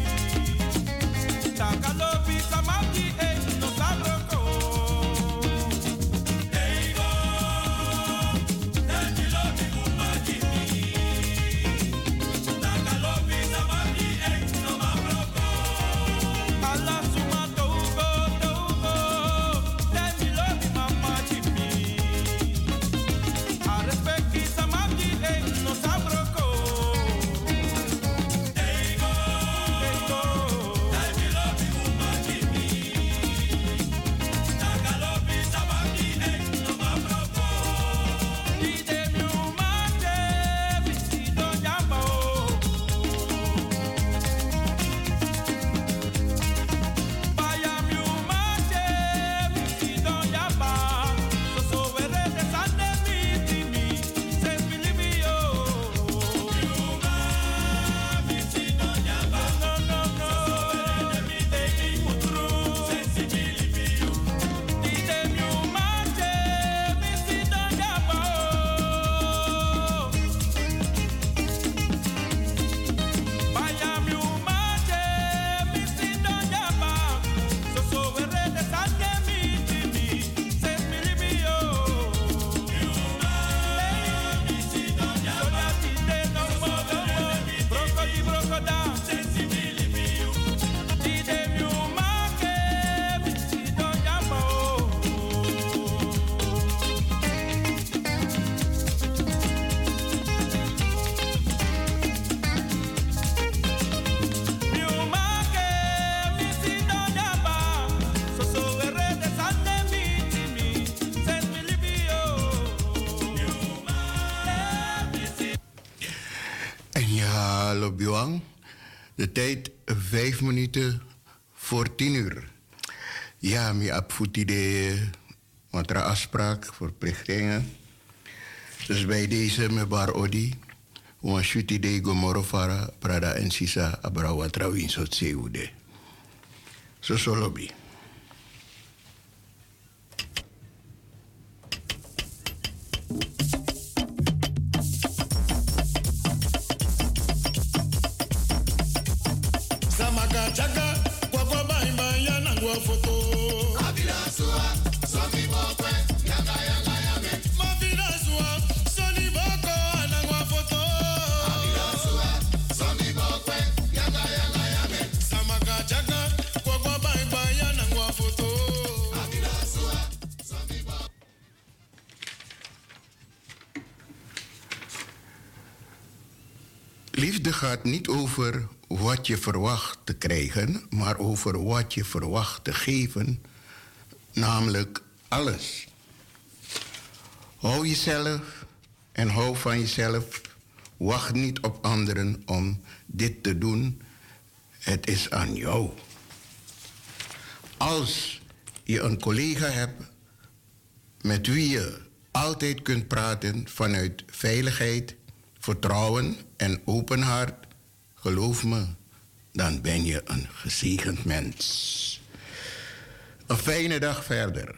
Takalobi samaki e no sabroko. Tego, dai lobi umagimi. Takalobi samaki e no sabroko. Alla suma Togo, Togo, dai lobi mamagimi. A respecti samaki e no sabroko. Tego, Tego, dai lobi umagimi. Takalobi samaki e no sabroko. Ide mi umate, visito jamba o. Vaya mi umate, visito jamba. So so vere de sande mi timi, se filibio. Mi uma, visito jamba. No no no, so vere de mi temi mutru, se filibio. Ide mi umate, visito jamba o. Vaya mi umate, visito jamba. So so vere de sande mi timi, se filibio. Mi uma, visito jamba. Tite no modo, broco di broco da, se filibio. Ide mi umate, visito jamba o. Mi umake, mi sito jamba. So so vere de sande mi timi, se filibio. Mi umake, mi sito. En ja, Lobiwang, de tijd vijf minuten voor tien uur. Ja, mi apfuti de matra afspraak, verplichtingen. Dus bij deze me bar odi, wan shuti de gomorofara, prada en sisa abrawa trawin sot seude. So so lobby. Samaka chaka, kwa kwa baimba ya nangwa foto. Abila suwa, somi bokwe, yanga yanga yame. Mafina suwa, soni boko, nangwa foto. Abila suwa, somi bokwe, yanga yanga yame. Samaka chaka, kwa kwa baimba ya nangwa foto. Abila suwa, somi bokwe. Liefde gaat niet over wat je verwacht te krijgen, maar over wat je verwacht te geven, namelijk alles. Hou jezelf en hou van jezelf. Wacht niet op anderen om dit te doen. Het is aan jou. Als je een collega hebt met wie je altijd kunt praten vanuit veiligheid, vertrouwen en open hart, Geloof me, dan ben je een gezegend mens. Een fijne dag verder.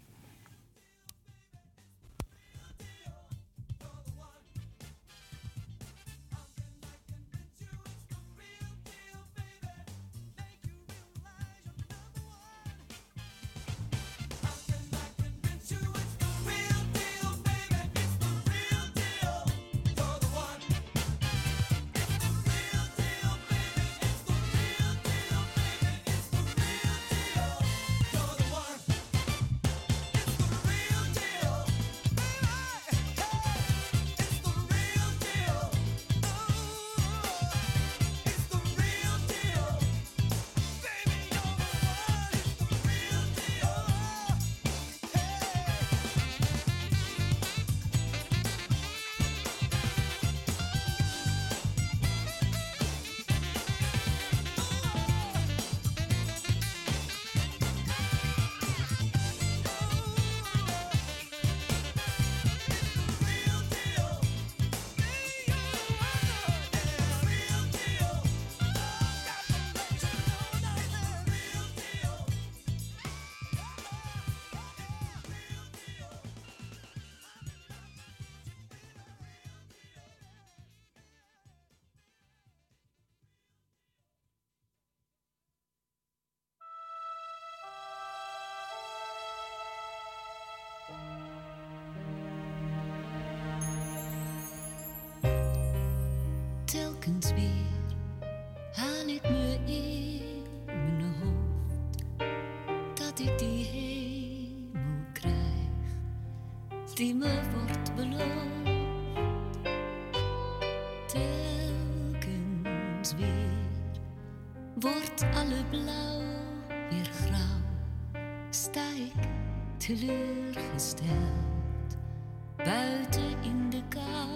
Telkens weer haal ik me in mijn hoofd dat ik die hemel krijg die me wordt beloofd. Telkens weer wordt alle blauw weer grauw, sta ik teleurgesteld buiten in de kou.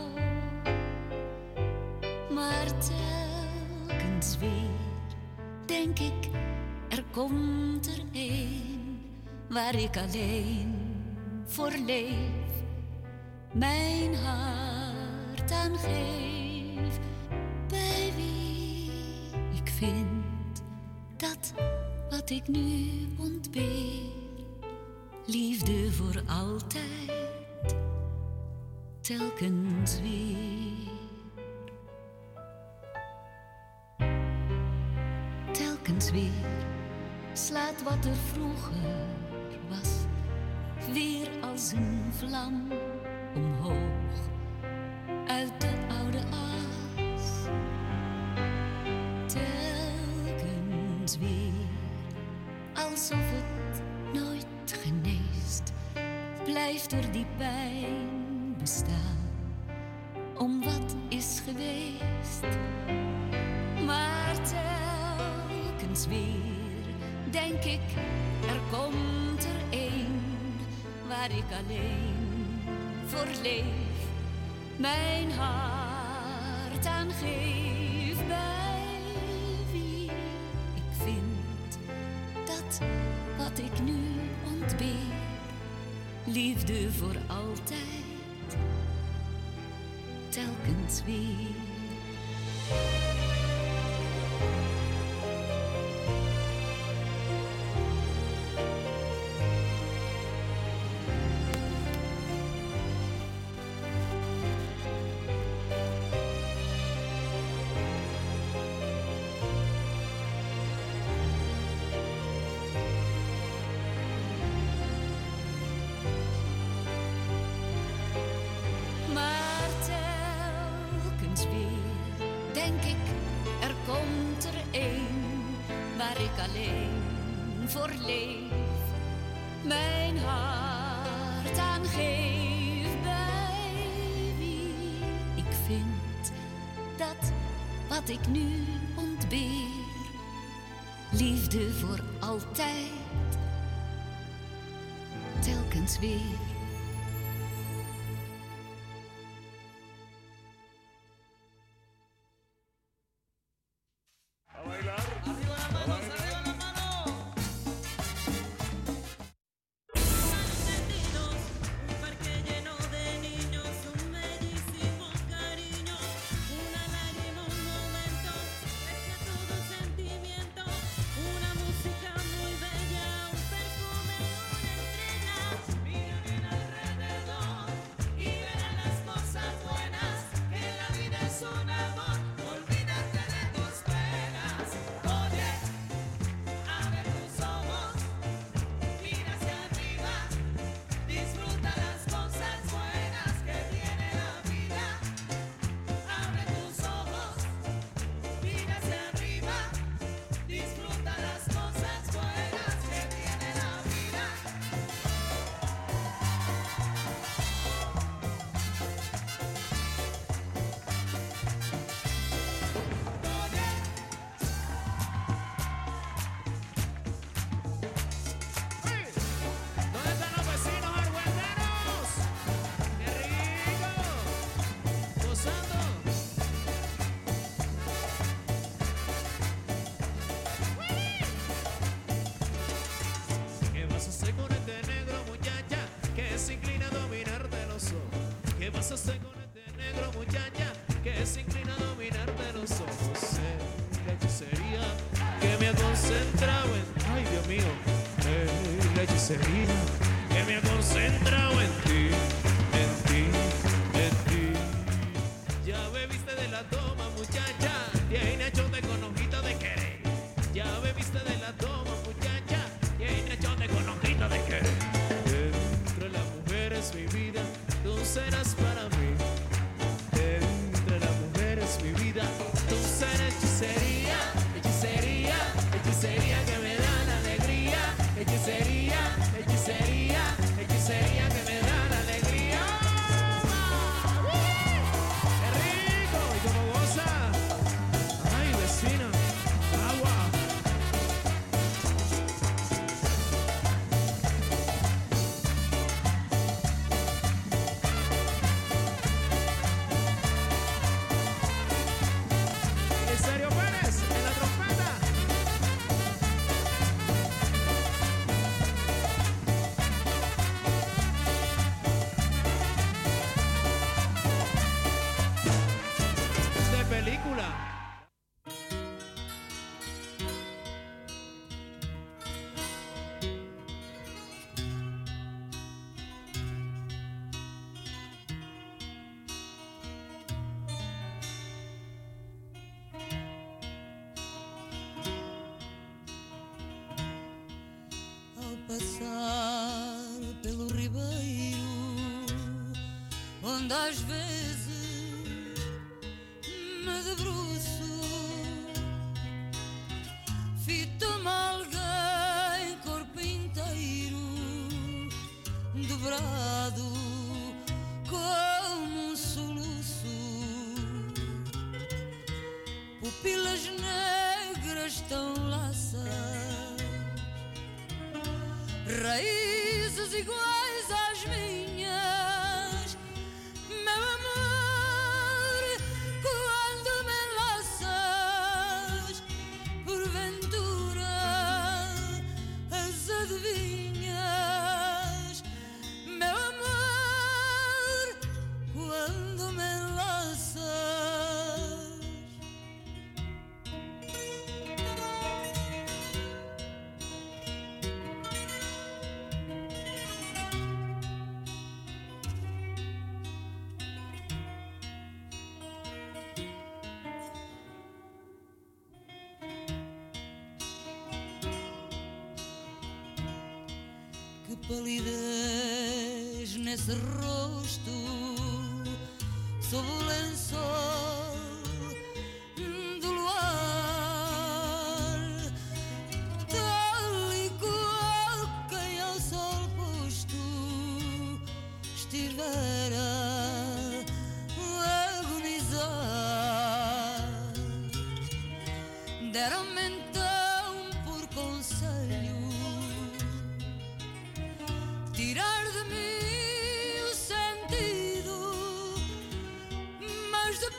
Maar telkens weer denk ik, er komt er een waar ik alleen voor leef, mijn hart aan geef, bij wie ik vind dat wat ik nu ontbeer, liefde voor altijd, telkens weer. Telkens weer slaat wat er vroeger was weer als een vlam omhoog uit de oude as. Telkens weer alsof het nooit geneest, blijft er die pijn bestaan om wat is geweest. Maar telkens weer denk ik, er komt er een waar ik alleen voor leef, mijn hart aan geef, bij wie ik vind dat wat ik nu ontbeer, liefde voor altijd, telkens weer. Voor leef, mijn hart aan geef, bij wie ik vind dat wat ik nu ontbeer, liefde voor altijd, telkens weer. pasaste con este negro muchacha que se inclina a dominarte los ojos. Eh, la hechicería que me ha concentrado en... Ay, Dios mío. Eh, la hechicería que me ha concentrado en ti, en ti, en ti. Ya bebiste de la toma, muchacha, tiene achote con hojita de querer. Ya bebiste de la toma, muchacha, tiene achote con hojita de querer. Entre las mujeres mi vida, tú serás para mí. Entre las mujeres mi vida, tú serás hechicería, hechicería, hechicería que me da la alegría. Hechicería, hechicería, hechicería que me da la alegría. ¡Qué rico! ¿Y cómo goza? ¡Ay, vecina! ¡Agua! Elisario Pérez, en la trompeta. De película. Ao passar pelo ribeiro, onde às vezes me debruço, fito-me alguém corpo inteiro, dobrado como um soluço, pupilas negras tão laças, raízes iguais às minhas, meu amor, quando me enlaças, porventura as adivinhas, meu amor, quando me enlaças. Que palidez nesse rosto, sob o lençol do luar, tal e qual quem ao sol posto estivera a agonizar. Deram-me então por conselho tirar de mim o sentido, mas de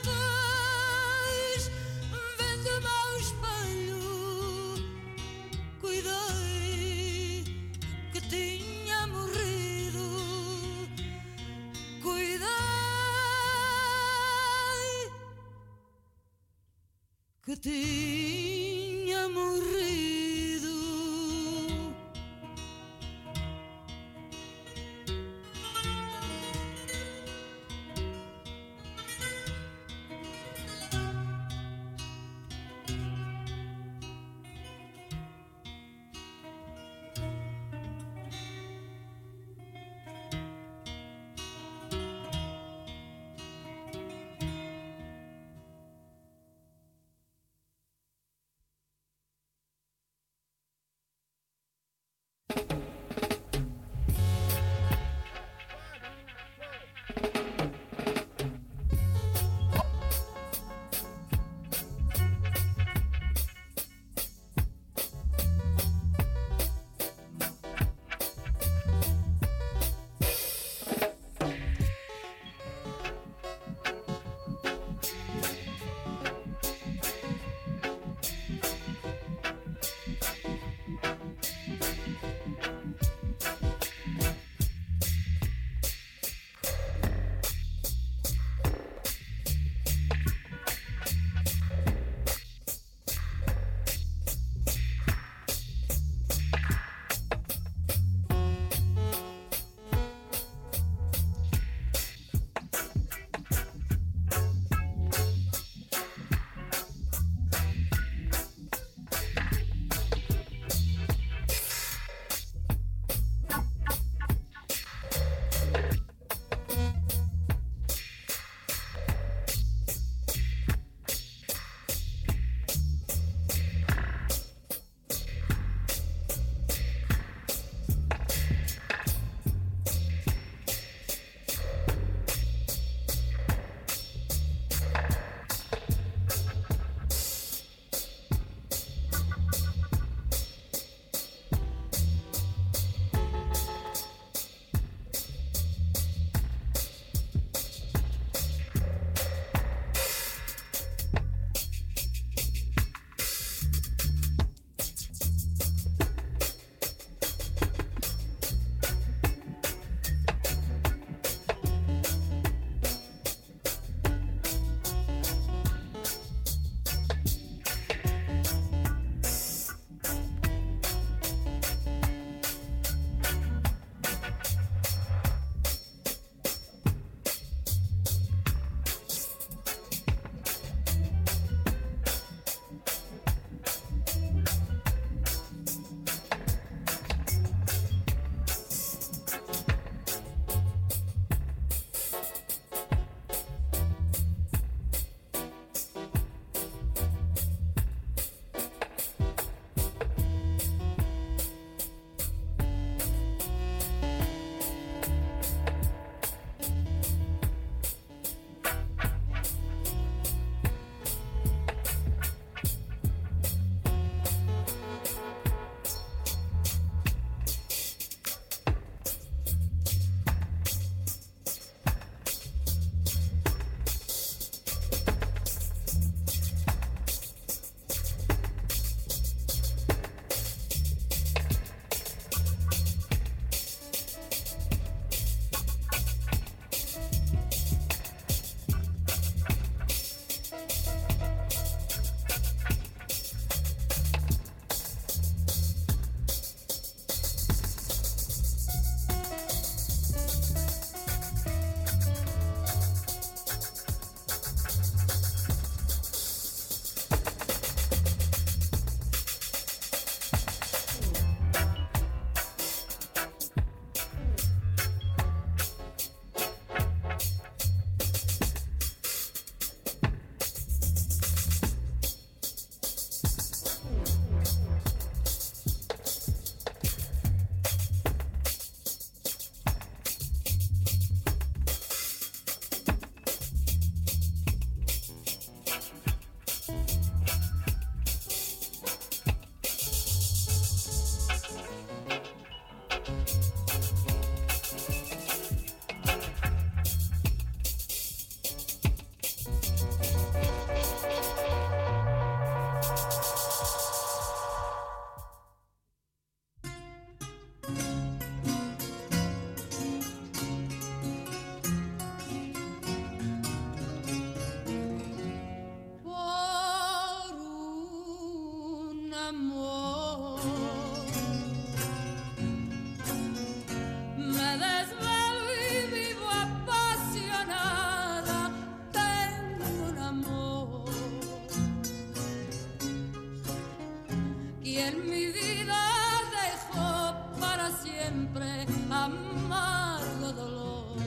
vida dejó para siempre amargo dolor.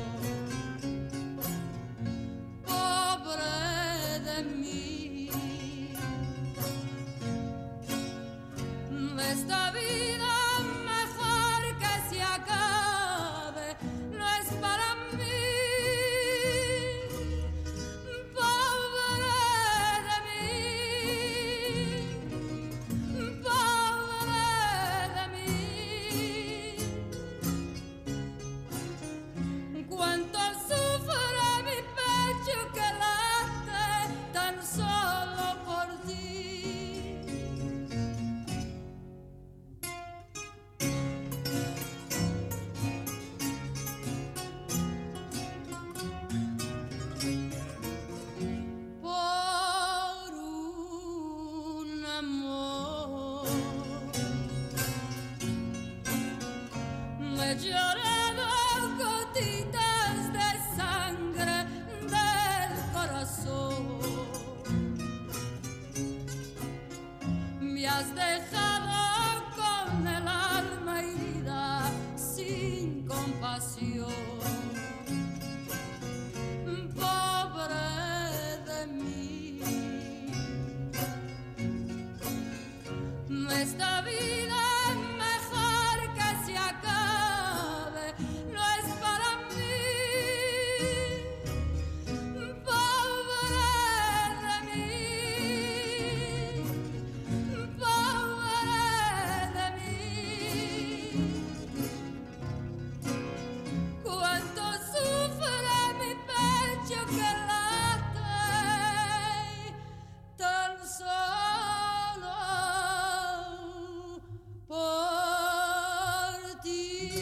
Pobre de mí, esta vida mejor que se acabe no es para mí. Pobre de mí, pobre de mí. Cuánto sufre mi pecho que late tan solo por ti. Por un amor me he llorado gotitas de sangre del corazón. Me has dejado con el alma herida sin compasión. Pobre de mí, esta vida mejor que se acabe no es para mí. Pobre de mí, pobre de mí. Cuánto sufre mi pecho que late tan solo por ti.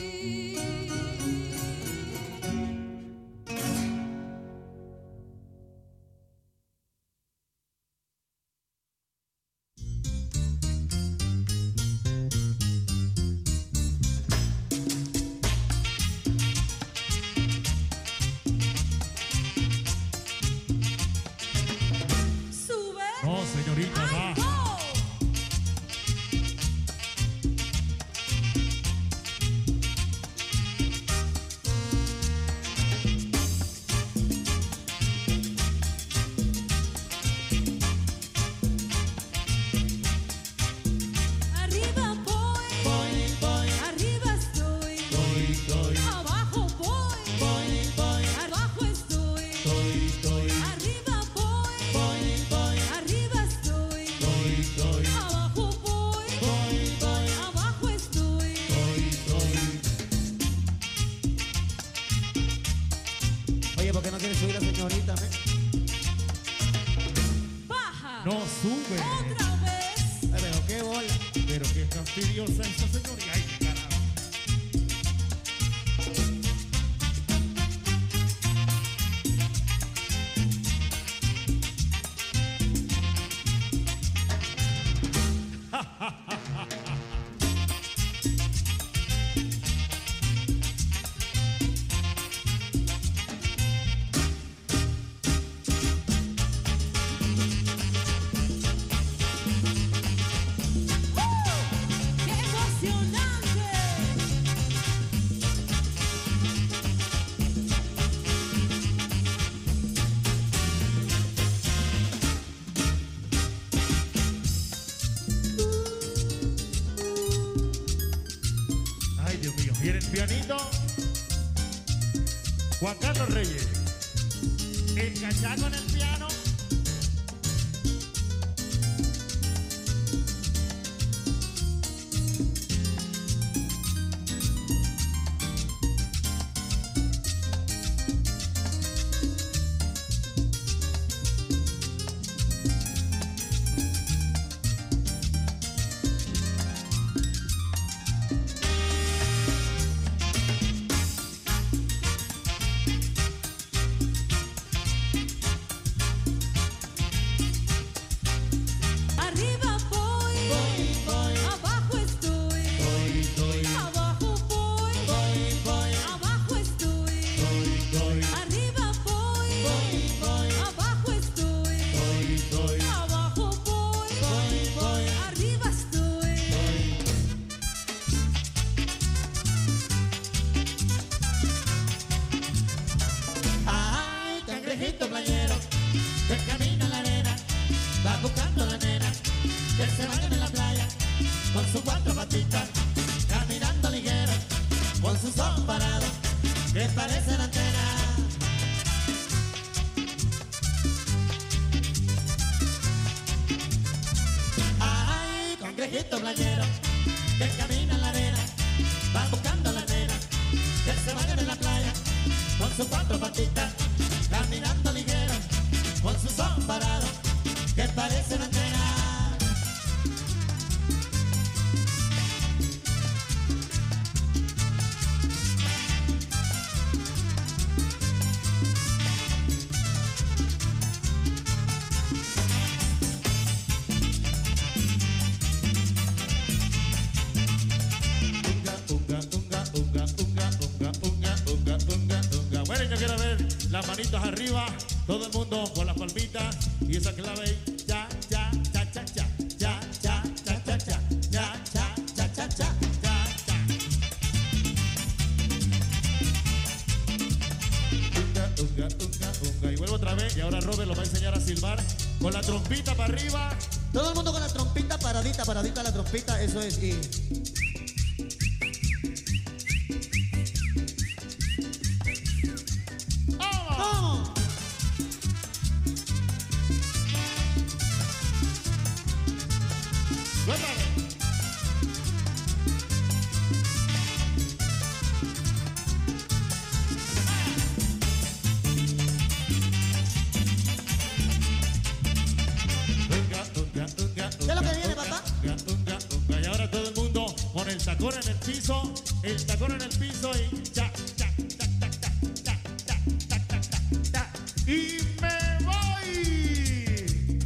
Sube. No, señorita, Ay, va. no. Arriba voy, Voy, voy, arriba estoy, voy, voy, abajo voy, voy, voy, abajo estoy, estoy, estoy, arriba voy, voy, voy, arriba estoy, voy, voy, abajo voy, voy, voy, abajo estoy. voy, voy. Oye, ¿por qué no quiere subir la señorita? eh? Baja. No sube. Otra vez. Ay, pero qué bola. Pero qué fastidiosa esta señorita. Ay, qué carajo. ¡Qué emocionante! Ay, Dios mío. ¿Y en el pianito? Juan Carlos Reyes. El cachaco en el piano. patitas, caminando ligero, con sus ojos parados, que parecen antenas. Ay, cangrejito playero, que camina en la arena, va buscando a la nena, que se vayan en la playa, con sus cuatro patitas, caminando ligero, con sus ojos parados, que parecen antenas. Las manitos arriba, todo el mundo con las palmitas y esa clave ya, ya, cha, cha, cha, ya, ya, cha, cha, cha, ya, ya, cha, cha, cha, ya, ya. Unga, unga, unga, unga. Y vuelvo otra vez y ahora Robert lo va a enseñar a silbar con la trompita para arriba. Todo el mundo con la trompita paradita, paradita la trompita, eso es. Y... tacón en el piso, el tacón en el piso y ya, ya, ya, ya, ya, ya, ya, ya, ya, ya, y me voy.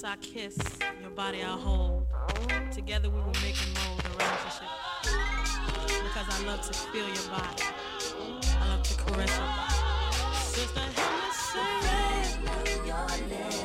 lips I kiss, your body I hold. Together we will make and mold a relationship. Because I love to feel your body. I love to caress your body. Sister, help me say, love your lips.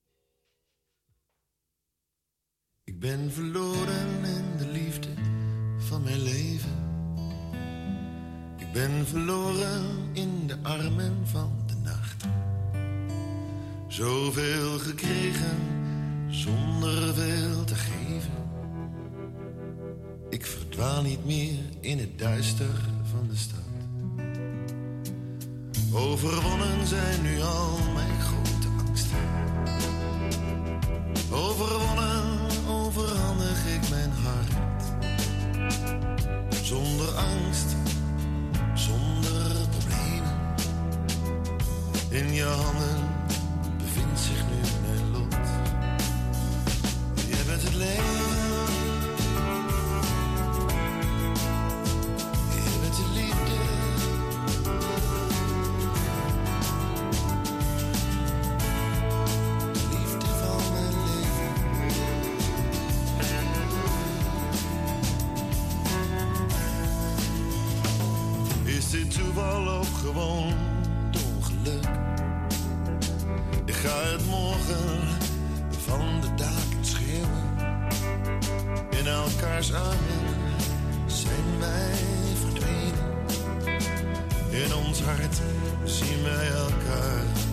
Ik ben verloren in de liefde, mijn leven. Ik ben verloren in de armen van de nacht. Zoveel gekregen, zonder veel te geven. Ik verdwaal niet meer in het duister van de stad. Overwonnen zijn nu al mijn grote angsten. Overwonnen overhandig ik mijn hart. Zonder angst, zonder problemen. In je handen bevindt zich nu mijn lot. Jij bent het leven. Jij bent de liefde. De liefde van mijn leven. Is dit toeval of gewoon het ongeluk? Ik ga het morgen van de daken schreeuwen. In elkaars armen zijn wij verdwenen. In ons hart zien wij elkaar